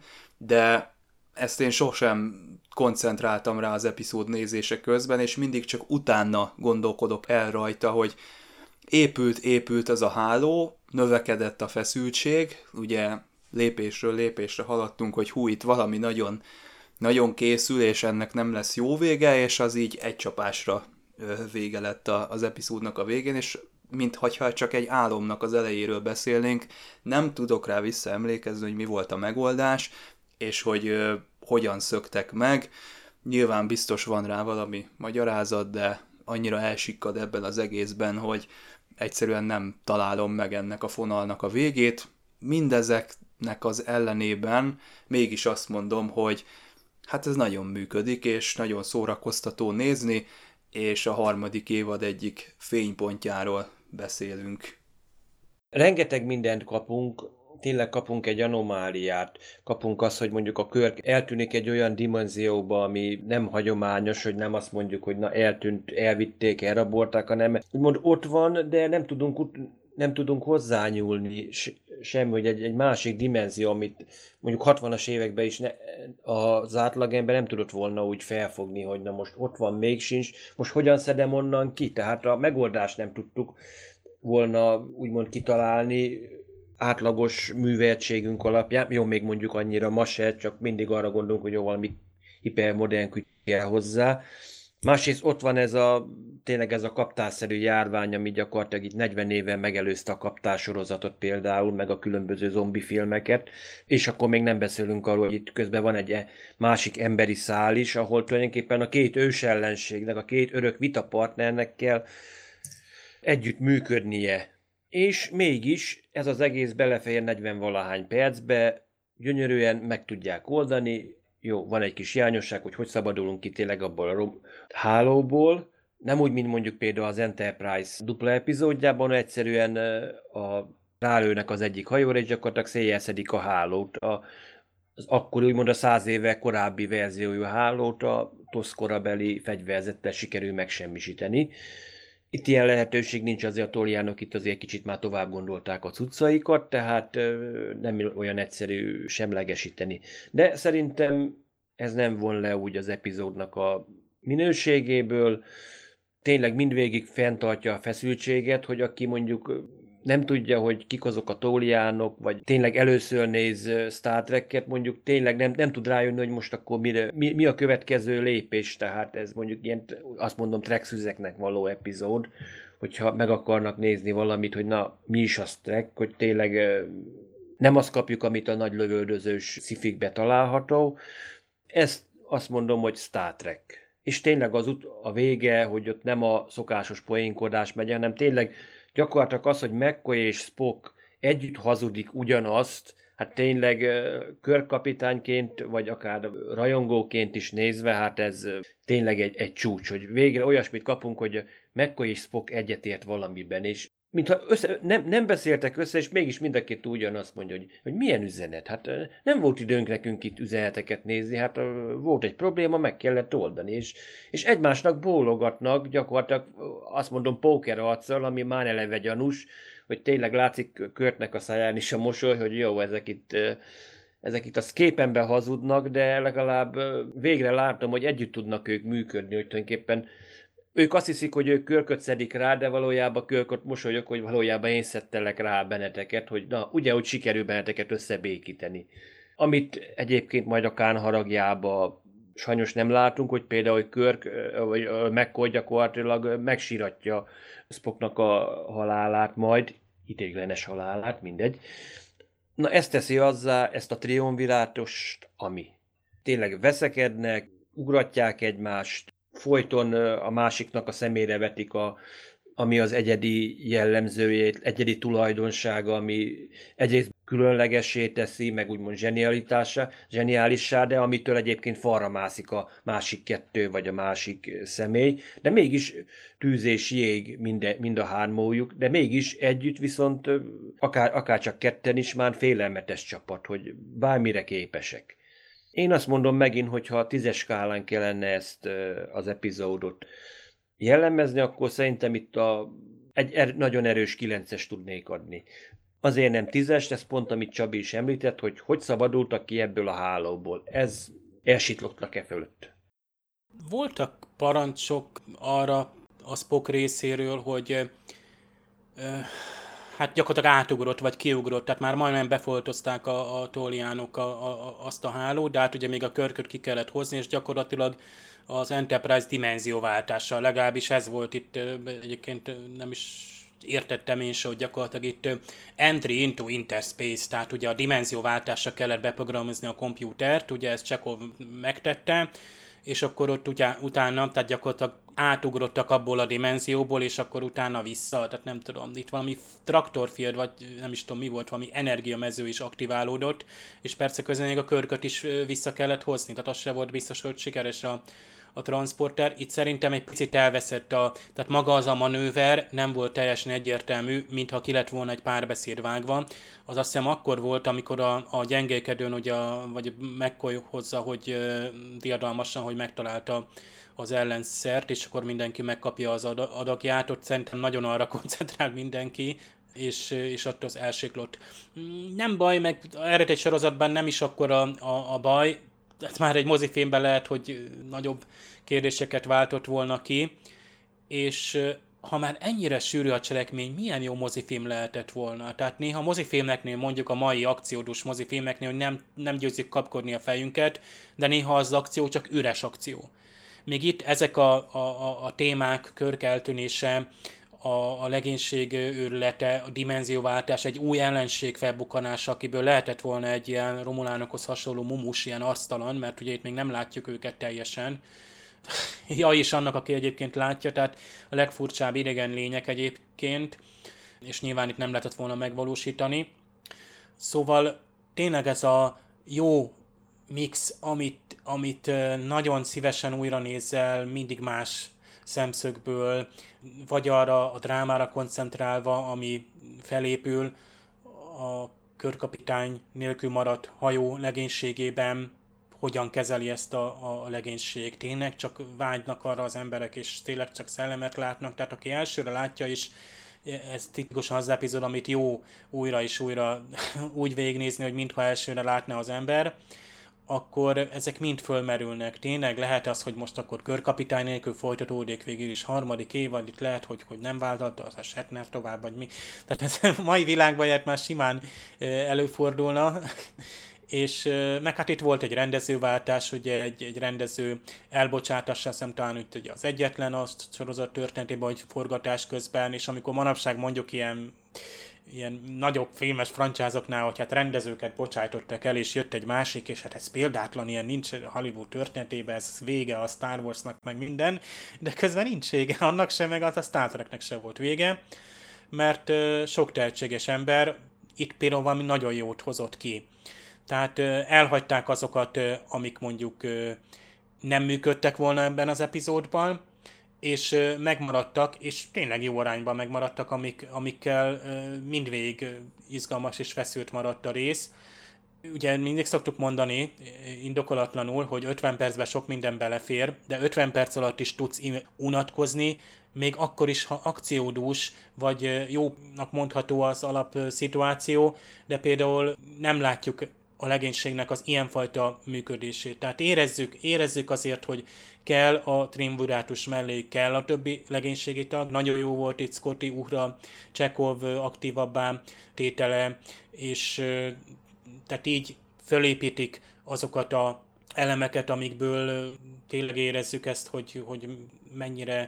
S3: de ezt én sosem koncentráltam rá az epizód nézése közben, és mindig csak utána gondolkodok el rajta, hogy épült, épült ez a háló, növekedett a feszültség, ugye lépésről lépésre haladtunk, hogy hú, itt valami nagyon, nagyon készül, és ennek nem lesz jó vége, és az így egy csapásra vége lett az epizódnak a végén, és mintha csak egy álomnak az elejéről beszélnénk, nem tudok rá visszaemlékezni, hogy mi volt a megoldás, és hogy ö, hogyan szöktek meg. Nyilván biztos van rá valami magyarázat, de annyira elsikkad ebben az egészben, hogy egyszerűen nem találom meg ennek a fonalnak a végét. Mindezeknek az ellenében mégis azt mondom, hogy hát ez nagyon működik, és nagyon szórakoztató nézni, és a harmadik évad egyik fénypontjáról beszélünk.
S4: Rengeteg mindent kapunk, tényleg kapunk egy anomáliát, kapunk azt, hogy mondjuk a Kirk eltűnik egy olyan dimenzióba, ami nem hagyományos, hogy nem azt mondjuk, hogy na eltűnt, elvitték, elrabolták, hanem úgymond ott van, de nem tudunk, nem tudunk hozzányúlni semmi, hogy egy, egy másik dimenzió, amit mondjuk hatvanas években is ne, az átlagember nem tudott volna úgy felfogni, hogy na most ott van, még sincs, most hogyan szedem onnan ki? Tehát a megoldást nem tudtuk volna úgymond kitalálni átlagos műveltségünk alapján. Jó, még mondjuk annyira ma se, csak mindig arra gondolunk, hogy jó, valami hipermodern kütyű kell hozzá. Másrészt ott van ez a, tényleg ez a kaptárszerű járvány, ami gyakorlatilag itt negyven éven megelőzte a kaptársorozatot például, meg a különböző zombi filmeket, és akkor még nem beszélünk arról, hogy itt közben van egy másik emberi szál is, ahol tulajdonképpen a két ősellenségnek, a két örök vitapartnernek kell együtt működnie. És mégis ez az egész belefér negyven valahány percbe, gyönyörűen meg tudják oldani, jó, van egy kis hiányosság, hogy hogy szabadulunk ki tényleg abból a rom- hálóból, nem úgy, mint mondjuk például az Enterprise dupla epizódjában, egyszerűen a, rálőnek az egyik hajóra, és gyakorlatilag széjjelszedik a hálót. A, az akkor úgymond a száz éve korábbi verziójú hálót a TOS korabeli fegyverzettel sikerül megsemmisíteni. Itt ilyen lehetőség nincs, azért a Toliánok itt azért kicsit már tovább gondolták a cuccaikat, tehát nem olyan egyszerű semlegesíteni. De szerintem ez nem von le úgy az epizódnak a minőségéből. Tényleg mindvégig fenntartja a feszültséget, hogy aki mondjuk nem tudja, hogy kik azok a Toliánok, vagy tényleg először néz Star Trek-et, mondjuk tényleg nem, nem tud rájönni, hogy most akkor mire, mi, mi a következő lépés, tehát ez mondjuk ilyen, azt mondom, Trek-szüzeknek való epizód, hogyha meg akarnak nézni valamit, hogy na, mi is az Trek, hogy tényleg nem azt kapjuk, amit a nagy lövöldözős sci-fikbe található. Ezt azt mondom, hogy Star Trek. És tényleg az ut- a vége, hogy ott nem a szokásos poénkodás megy, hanem tényleg gyakorlatilag az, hogy McCoy és Spock együtt hazudik ugyanazt, hát tényleg körkapitányként, vagy akár rajongóként is nézve, hát ez tényleg egy, egy csúcs, hogy végre olyasmit kapunk, hogy McCoy és Spock egyetért valamiben, és mintha össze, nem, nem beszéltek össze, és mégis mind a két ugyanazt mondja, hogy, hogy milyen üzenet. Hát nem volt időnk nekünk itt üzeneteket nézni, hát volt egy probléma, meg kellett oldani, és, és egymásnak bólogatnak, gyakorlatilag azt mondom póker arccal, ami már eleve gyanús, hogy tényleg látszik Körtnek a száján is a mosoly, hogy jó, ezek itt, ezek itt a képenben hazudnak, de legalább végre látom, hogy együtt tudnak ők működni, hogy tulajdonképpen ők azt hiszik, hogy ők Körköt szedik rá, de valójában Körköt mosolyog, hogy valójában én szedtelek rá benneteket, hogy na, ugye, hogy sikerül benneteket összebékíteni. Amit egyébként majd a Kán haragjába sajnos nem látunk, hogy például Kirk, vagy McCoy gyakorlatilag megsíratja Spocknak a halálát majd, idéglenes halálát, mindegy. Na ezt teszi azzá, ezt a triumvirátost, ami. Tényleg veszekednek, ugratják egymást, folyton a másiknak a szemére vetik, a, ami az egyedi jellemzőjét, egyedi tulajdonsága, ami egyrészt különlegessé teszi, meg úgymond zsenialitása, zseniálissá, de amitől egyébként falra mászik a másik kettő, vagy a másik személy, de mégis tűz és jég mind, mind a hármójuk, de mégis együtt viszont akár, akár csak ketten is már félelmetes csapat, hogy bármire képesek. Én azt mondom megint, hogy ha a tízes skálán kellene ezt az epizódot jellemezni, akkor szerintem itt a, egy er, nagyon erős kilences tudnék adni. Azért nem tízes, ez pont, amit Csabi is említett, hogy hogy szabadultak ki ebből a hálóból. Ez elsiklottak-e fölött?
S5: Voltak parancsok arra a Spock részéről, hogy euh, hát gyakorlatilag átugrott, vagy kiugrott, tehát már majdnem befoltozták a, a Toliánok a, a, azt a hálót, de hát ugye még a Körköt ki kellett hozni, és gyakorlatilag az Enterprise dimenzióváltással, legalábbis ez volt itt, egyébként nem is értettem én se, hogy gyakorlatilag itt entry into interspace, tehát ugye a dimenzióváltásra kellett beprogramozni a kompjútert, ugye ezt Chekhov megtette, és akkor ott utá, utána, tehát gyakorlatilag átugrottak abból a dimenzióból, és akkor utána vissza, tehát nem tudom, itt valami traktorfield, vagy nem is tudom mi volt, valami energiamező is aktiválódott, és persze közben még a Körköt is vissza kellett hozni, tehát az se volt biztos, hogy sikeres a, a transporter. Itt szerintem egy picit elveszett a, tehát maga az a manőver nem volt teljesen egyértelmű, mintha ki lett volna egy párbeszéd vágva. Az azt hiszem akkor volt, amikor a, a gyengélkedőn, ugye a, vagy McCoy hozza, hogy uh, diadalmasan, hogy megtalálta az ellenszert, és akkor mindenki megkapja az adagját, ott szerintem nagyon arra koncentrál mindenki, és, és ott az elsiklott. Nem baj, meg eredeti sorozatban nem is akkor a, a, a baj, ez már egy mozifilmben lehet, hogy nagyobb kérdéseket váltott volna ki, és ha már ennyire sűrű a cselekmény, milyen jó mozifilm lehetett volna. Tehát néha mozifilmeknél, mondjuk a mai akciódús mozifilmeknél, hogy nem, nem győzik kapkodni a fejünket, de néha az akció csak üres akció. Még itt ezek a, a, a témák, Kirk eltűnése, a, a legénység őrülete, a dimenzióváltás, egy új ellenség felbukkanása, akiből lehetett volna egy ilyen romulánokhoz hasonló mumus, ilyen asztalan, mert ugye itt még nem látjuk őket teljesen. Ja, és annak, aki egyébként látja, tehát a legfurcsább idegen lények egyébként, és nyilván itt nem lehetett volna megvalósítani. Szóval tényleg ez a jó mix, amit amit nagyon szívesen újra nézel, mindig más szemszögből, vagy arra a drámára koncentrálva, ami felépül a körkapitány nélkül maradt hajó legénységében, hogyan kezeli ezt a, a legénység. Tényleg csak vágynak arra az emberek, és tényleg csak szellemet látnak. Tehát aki elsőre látja is, ez tipikusan az epizód, amit jó újra és újra úgy végignézni, hogy mintha elsőre látna az ember, akkor ezek mind fölmerülnek. Tényleg lehet az, hogy most akkor körkapitány nélkül folytatódik végül is harmadik évad, itt lehet, hogy, hogy nem váltotta az a Shatner tovább, vagy mi. Tehát ez a mai világban ilyet már simán előfordulna. És meg hát itt volt egy rendezőváltás, ugye egy, egy rendező elbocsátása, hiszem talán úgy, ugye az egyetlen azt sorozat történetében, hogy forgatás közben, és amikor manapság mondjuk ilyen, ilyen nagyobb filmes franchise-oknál, hogy hát rendezőket bocsájtottak el, és jött egy másik, és hát ez példátlan, ilyen nincs Hollywood történetében, ez vége a Star Warsnak, meg minden, de közben nincs vége, annak sem, meg az a Star Treknek sem volt vége, mert sok tehetséges ember itt például valami nagyon jót hozott ki. Tehát elhagyták azokat, amik mondjuk nem működtek volna ebben az epizódban, és megmaradtak, és tényleg jó arányban megmaradtak, amik, amikkel mindvégig izgalmas és feszült maradt a rész. Ugye mindig szoktuk mondani indokolatlanul, hogy ötven percben sok minden belefér, de ötven perc alatt is tudsz unatkozni, még akkor is, ha akciódús, vagy jónak mondható az alapszituáció, de például nem látjuk a legénységnek az ilyenfajta működését. Tehát érezzük, érezzük azért, hogy kell a triumvirátus mellé, kell a többi legénységi tag. Nagyon jó volt itt Scotty Uhra, Chekhov aktívabbá tétele, és tehát így fölépítik azokat az elemeket, amikből tényleg érezzük ezt, hogy, hogy mennyire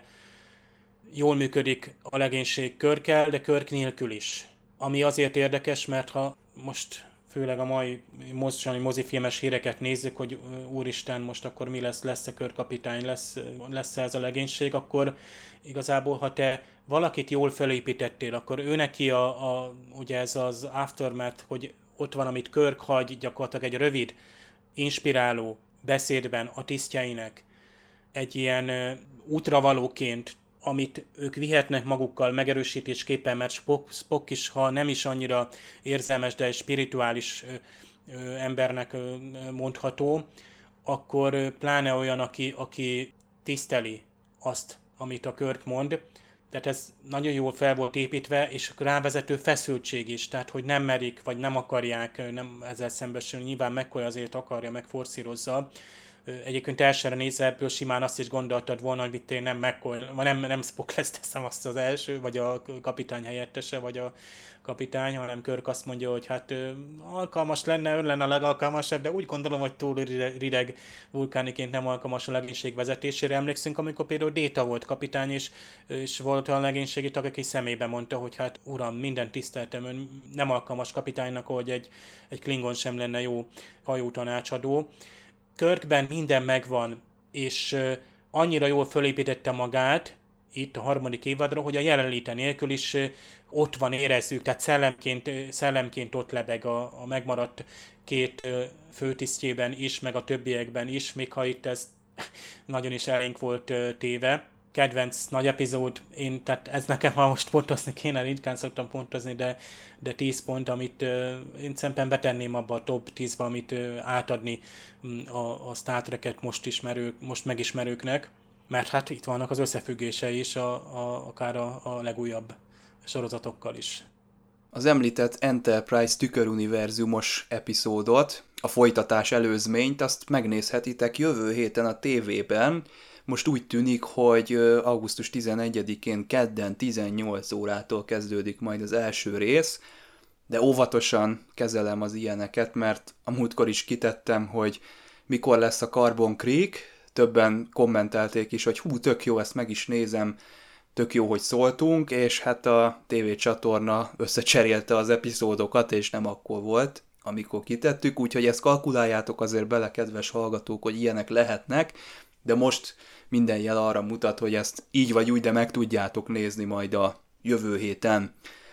S5: jól működik a legénység Kirkkel, de Kirk nélkül is. Ami azért érdekes, mert ha most főleg a mai mostani mozifilmes híreket nézzük, hogy úristen, most akkor mi lesz, lesz-e körkapitány, lesz, lesz-e ez a legénység, akkor igazából, ha te valakit jól felépítettél, akkor ő neki a, a, ugye ez az aftermath, hogy ott van, amit Kirk hagy, gyakorlatilag egy rövid, inspiráló beszédben a tisztjeinek, egy ilyen útravalóként, amit ők vihetnek magukkal megerősítésképpen, mert Spock, Spock is, ha nem is annyira érzelmes, de egy spirituális ö, ö, embernek ö, mondható, akkor pláne olyan, aki, aki tiszteli azt, amit a Kirk mond. Tehát ez nagyon jól fel volt építve, és rávezető feszültség is, tehát hogy nem merik, vagy nem akarják nem ezzel szembesülni, nyilván McCoy azért akarja, meg forszírozza. Egyébként elsőre nézve ebből simán azt is gondoltad volna, hogy itt én nem McCoy, nem, nem Spock lesz, teszem azt az első, vagy a kapitány helyettese, vagy a kapitány, hanem Kirk azt mondja, hogy hát alkalmas lenne, ön lenne a legalkalmasabb, de úgy gondolom, hogy túl rideg vulkániként nem alkalmas a legénység vezetésére. Emlékszünk, amikor például Data volt kapitány, és, és volt a legénységi tag, aki szemébe mondta, hogy hát uram, minden tiszteltem, ön nem alkalmas kapitánynak, hogy egy, egy Klingon sem lenne jó hajótanácsadó. Kirkben minden megvan, és annyira jól fölépítette magát itt a harmadik évadra, hogy a jelenléte nélkül is ott van, érezzük, tehát szellemként, szellemként ott lebeg a, a megmaradt két főtisztjében is, meg a többiekben is, még ha itt ez nagyon is elénk volt téve. Kedvenc nagy epizód, én, tehát ez nekem, ha most pontozni kéne, ritkán szoktam pontozni, de, de tíz pont, amit uh, én szerintem betenném abba a top tízbe, amit uh, átadni um, a, a Star Trek-et most, ismerők, most megismerőknek, mert hát itt vannak az összefüggései is, a, a, akár a, a legújabb sorozatokkal is.
S3: Az említett Enterprise tüköruniverzumos epizódot, a folytatás előzményt, azt megnézhetitek jövő héten a tévében. Most úgy tűnik, hogy augusztus tizenegyedikén kedden tizennyolc órától kezdődik majd az első rész, de óvatosan kezelem az ilyeneket, mert a múltkor is kitettem, hogy mikor lesz a Carbon Creek, többen kommentelték is, hogy hú, tök jó, ezt meg is nézem, tök jó, hogy szóltunk, és hát a tévécsatorna összecserélte az epizódokat, és nem akkor volt, amikor kitettük, úgyhogy ezt kalkuláljátok azért bele, kedves hallgatók, hogy ilyenek lehetnek, de most minden jel arra mutat, hogy ezt így vagy úgy, de meg tudjátok nézni majd a jövő héten.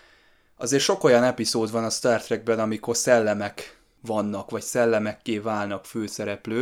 S3: Azért sok olyan epizód van a Star Trekben, amikor szellemek vannak, vagy szellemekké válnak főszereplők,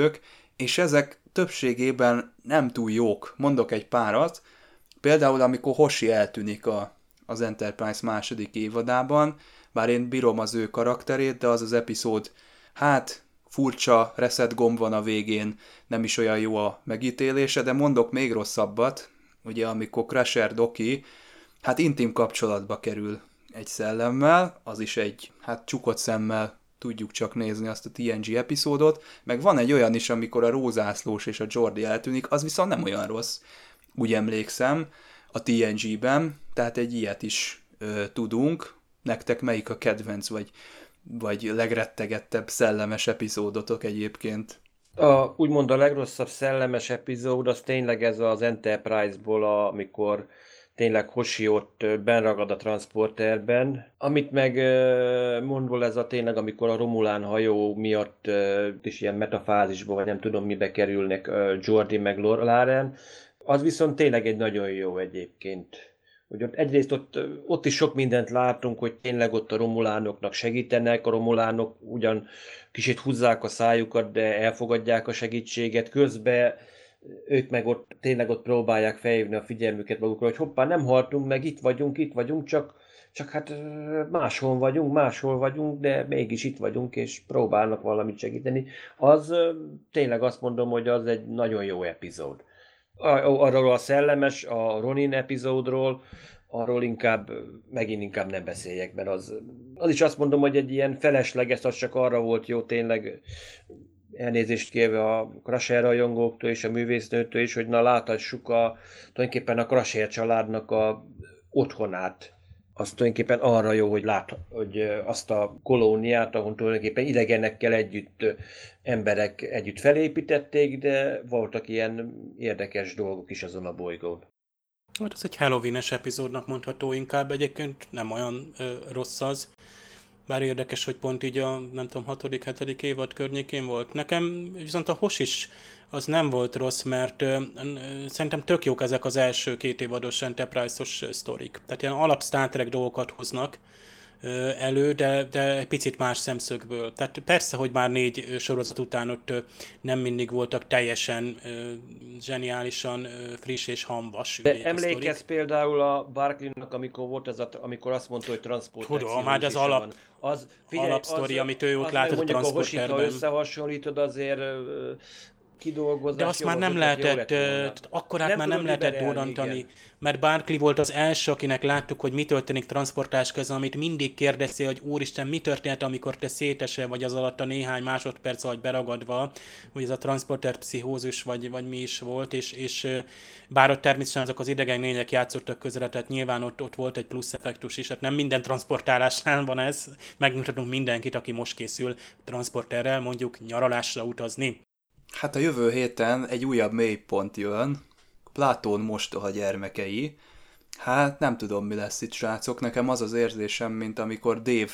S3: és ezek többségében nem túl jók. Mondok egy párat, például amikor Hoshi eltűnik a, az Enterprise második évadában, bár én bírom az ő karakterét, de az az epizód, hát furcsa, reset gomb van a végén, nem is olyan jó a megítélése, de mondok még rosszabbat, ugye amikor Crusher Doki, hát intim kapcsolatba kerül egy szellemmel, az is egy, hát csukott szemmel tudjuk csak nézni azt a té en gé epizódot, meg van egy olyan is, amikor a rózászlós és a Geordi eltűnik, az viszont nem olyan rossz, úgy emlékszem, a té en gében, tehát egy ilyet is ö, tudunk. Nektek melyik a kedvenc, vagy, vagy legrettegettebb szellemes epizódotok egyébként?
S4: A, úgymond a legrosszabb szellemes epizód az tényleg ez az Enterprise-ból, amikor tényleg Hoshi ott benragad a transporterben. Amit meg mondol, ez a tényleg, amikor a Romulán hajó miatt is ilyen metafázisba, vagy nem tudom mibe kerülnek Geordi meg Laren, az viszont tényleg egy nagyon jó egyébként. Hogy ott egyrészt ott, ott is sok mindent látunk, hogy tényleg ott a romulánoknak segítenek, a romulánok ugyan kicsit húzzák a szájukat, de elfogadják a segítséget, közben ők meg ott tényleg ott próbálják felhívni a figyelmüket magukra, hogy hoppá, nem haltunk meg, itt vagyunk, itt vagyunk, csak, csak hát máshol vagyunk, máshol vagyunk, de mégis itt vagyunk, és próbálnak valamit segíteni. Az tényleg azt mondom, hogy az egy nagyon jó epizód. Arról a szellemes, a Ronin epizódról, arról inkább, megint inkább nem beszéljek, mert az, az is azt mondom, hogy egy ilyen felesleges, az csak arra volt jó tényleg, elnézést kérve a Crusher rajongóktól és a művésznőtől is, hogy na láthassuk a, tulajdonképpen a Crusher családnak a otthonát. Az tulajdonképpen arra jó, hogy lát, hogy azt a kolóniát, ahol tulajdonképpen idegenekkel együtt emberek együtt felépítették, de voltak ilyen érdekes dolgok is azon a bolygón.
S5: Hát ez egy Halloween-es epizódnak mondható inkább, egyébként nem olyan ö, rossz az. Bár érdekes, hogy pont így a, nem tudom, hatodik, hetedik évad környékén volt. Nekem viszont a Hoshi is az nem volt rossz, mert ö, ö, szerintem tök jók ezek az első két évados Enterprise-os sztorik. Tehát ilyen alap Star Trek dolgokat hoznak ö, elő, de, de egy picit más szemszögből. Tehát persze, hogy már négy sorozat után ott ö, nem mindig voltak teljesen ö, zseniálisan ö, friss és hamvas.
S4: De emlékezz például a Barclaynak, amikor volt ez a, amikor azt mondta, hogy transportáció.
S5: Tudom, hát az alap,
S4: az, figyelj,
S5: alapsztori,
S4: az,
S5: amit ő ott látott a transporterben.
S4: Ha összehasonlítod, azért kidolgozás.
S5: De azt már nem lehetett, akkor át már nem lehetett durrantani, mert Barclay volt az első, akinek láttuk, hogy mi történik transportás közben, amit mindig kérdezi, hogy úristen, mi történt, amikor te szétesel, vagy az alatt a néhány másodperc vagy beragadva, hogy ez a transporter pszichózus, vagy, vagy mi is volt, és, és bár ott természetesen azok az idegen lények játszottak közre, tehát nyilván ott, ott volt egy plusz effektus is, hát nem minden transportálásnál van ez, megmutatunk mindenkit, aki most készül transporterrel, mondjuk nyaralásra utazni.
S3: Hát a jövő héten egy újabb mélypont jön, Platón mostoha gyermekei. Hát nem tudom, mi lesz itt, srácok. Nekem az az érzésem, mint amikor Dave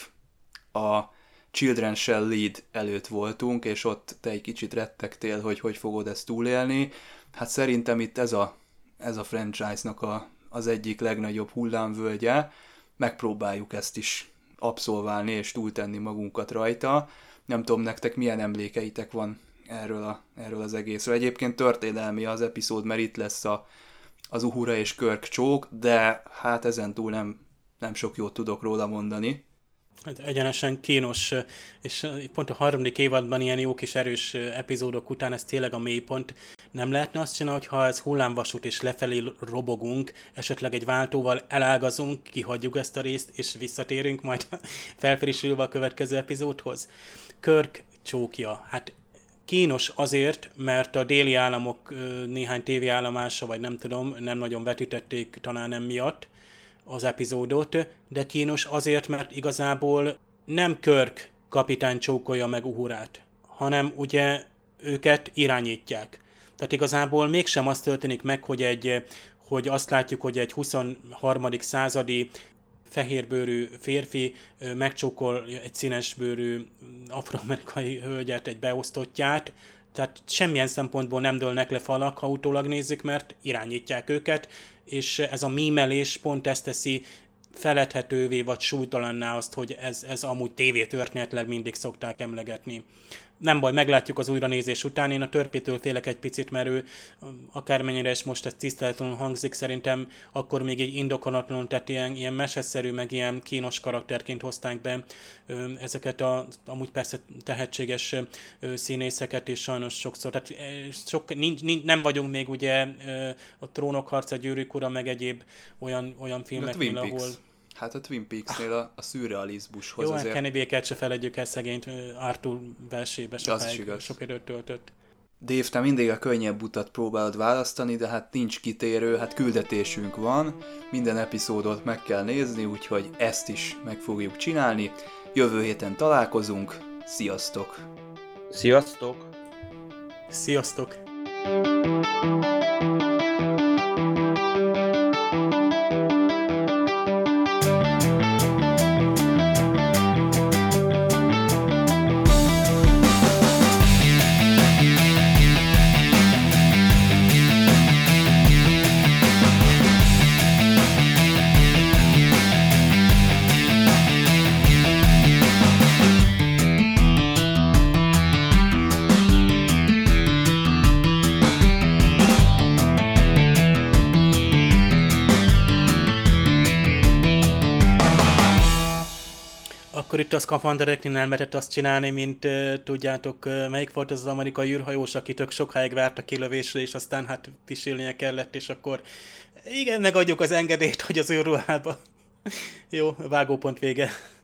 S3: a Children Shall Lead előtt voltunk, és ott te egy kicsit rettegtél, hogy hogy fogod ezt túlélni. Hát szerintem itt ez a, ez a franchise-nak a, az egyik legnagyobb hullámvölgye. Megpróbáljuk ezt is abszolválni és túltenni magunkat rajta. Nem tudom, nektek milyen emlékeitek van erről, a, erről az egészről. Egyébként történelmi az epizód, mert itt lesz a, az Uhura és Kirk csók, de hát ezentúl nem, nem sok jót tudok róla mondani.
S5: Hát egyenesen kínos, és pont a harmadik évadban ilyen jó kis erős epizódok után ez tényleg a mélypont. Nem lehetne azt csinálni, hogy ha ez hullámvasút és lefelé robogunk, esetleg egy váltóval elágazunk, kihagyjuk ezt a részt, és visszatérünk majd felfrissülve a következő epizódhoz. Kirk csókja, hát kínos azért, mert a déli államok néhány tévéállomása, vagy nem tudom, nem nagyon vetítették talán nem miatt az epizódot, de kínos azért, mert igazából nem Kirk kapitány csókolja meg Uhurát, hanem ugye őket irányítják. Tehát igazából mégsem az történik meg, hogy, egy, hogy azt látjuk, hogy egy huszonharmadik századi fehérbőrű férfi megcsókol egy színesbőrű afroamerikai hölgyet, egy beosztottját, tehát semmilyen szempontból nem dőlnek le falak, ha utólag nézzük, mert irányítják őket, és ez a mímelés pont ezt teszi feledhetővé, vagy súlytalanná azt, hogy ez, ez amúgy tévétörténetileg mindig szokták emlegetni. nem baj, meglátjuk az újranézés után. Én a törpétől félek egy picit, mert ő akármennyire is most ez tiszteletlenül hangzik, szerintem akkor még egy indokolatlanul, tehát ilyen, ilyen meseszerű, meg ilyen kínos karakterként hozták be ezeket a amúgy persze tehetséges színészeket, és sajnos sokszor, tehát sok, nincs, nincs, nem vagyunk még ugye a Trónok harca, Gyűrűk ura, meg egyéb olyan, olyan filmeknél, ahol...
S3: Hát a Twin Peaks-nél a, a szürrealizmushoz
S5: jó,
S3: azért...
S5: Jó, Kenny Baker se feledjük el szegényt, Arthur versébe sokáig, sok időt töltött.
S3: Dave, te mindig a könnyebb utat próbálod választani, de hát nincs kitérő, hát küldetésünk van, minden epizódot meg kell nézni, úgyhogy ezt is meg fogjuk csinálni. Jövő héten találkozunk, sziasztok!
S4: Sziasztok!
S5: Sziasztok! Akkor itt a szkafandereknél nem lehetett azt csinálni, mint uh, tudjátok, uh, melyik volt az, az amerikai űrhajós, aki tök sokáig várt a kilövésre, és aztán hát pisilnie kellett, és akkor igen, megadjuk az engedélyt, hogy az űrruhába. Jó, vágópont vége.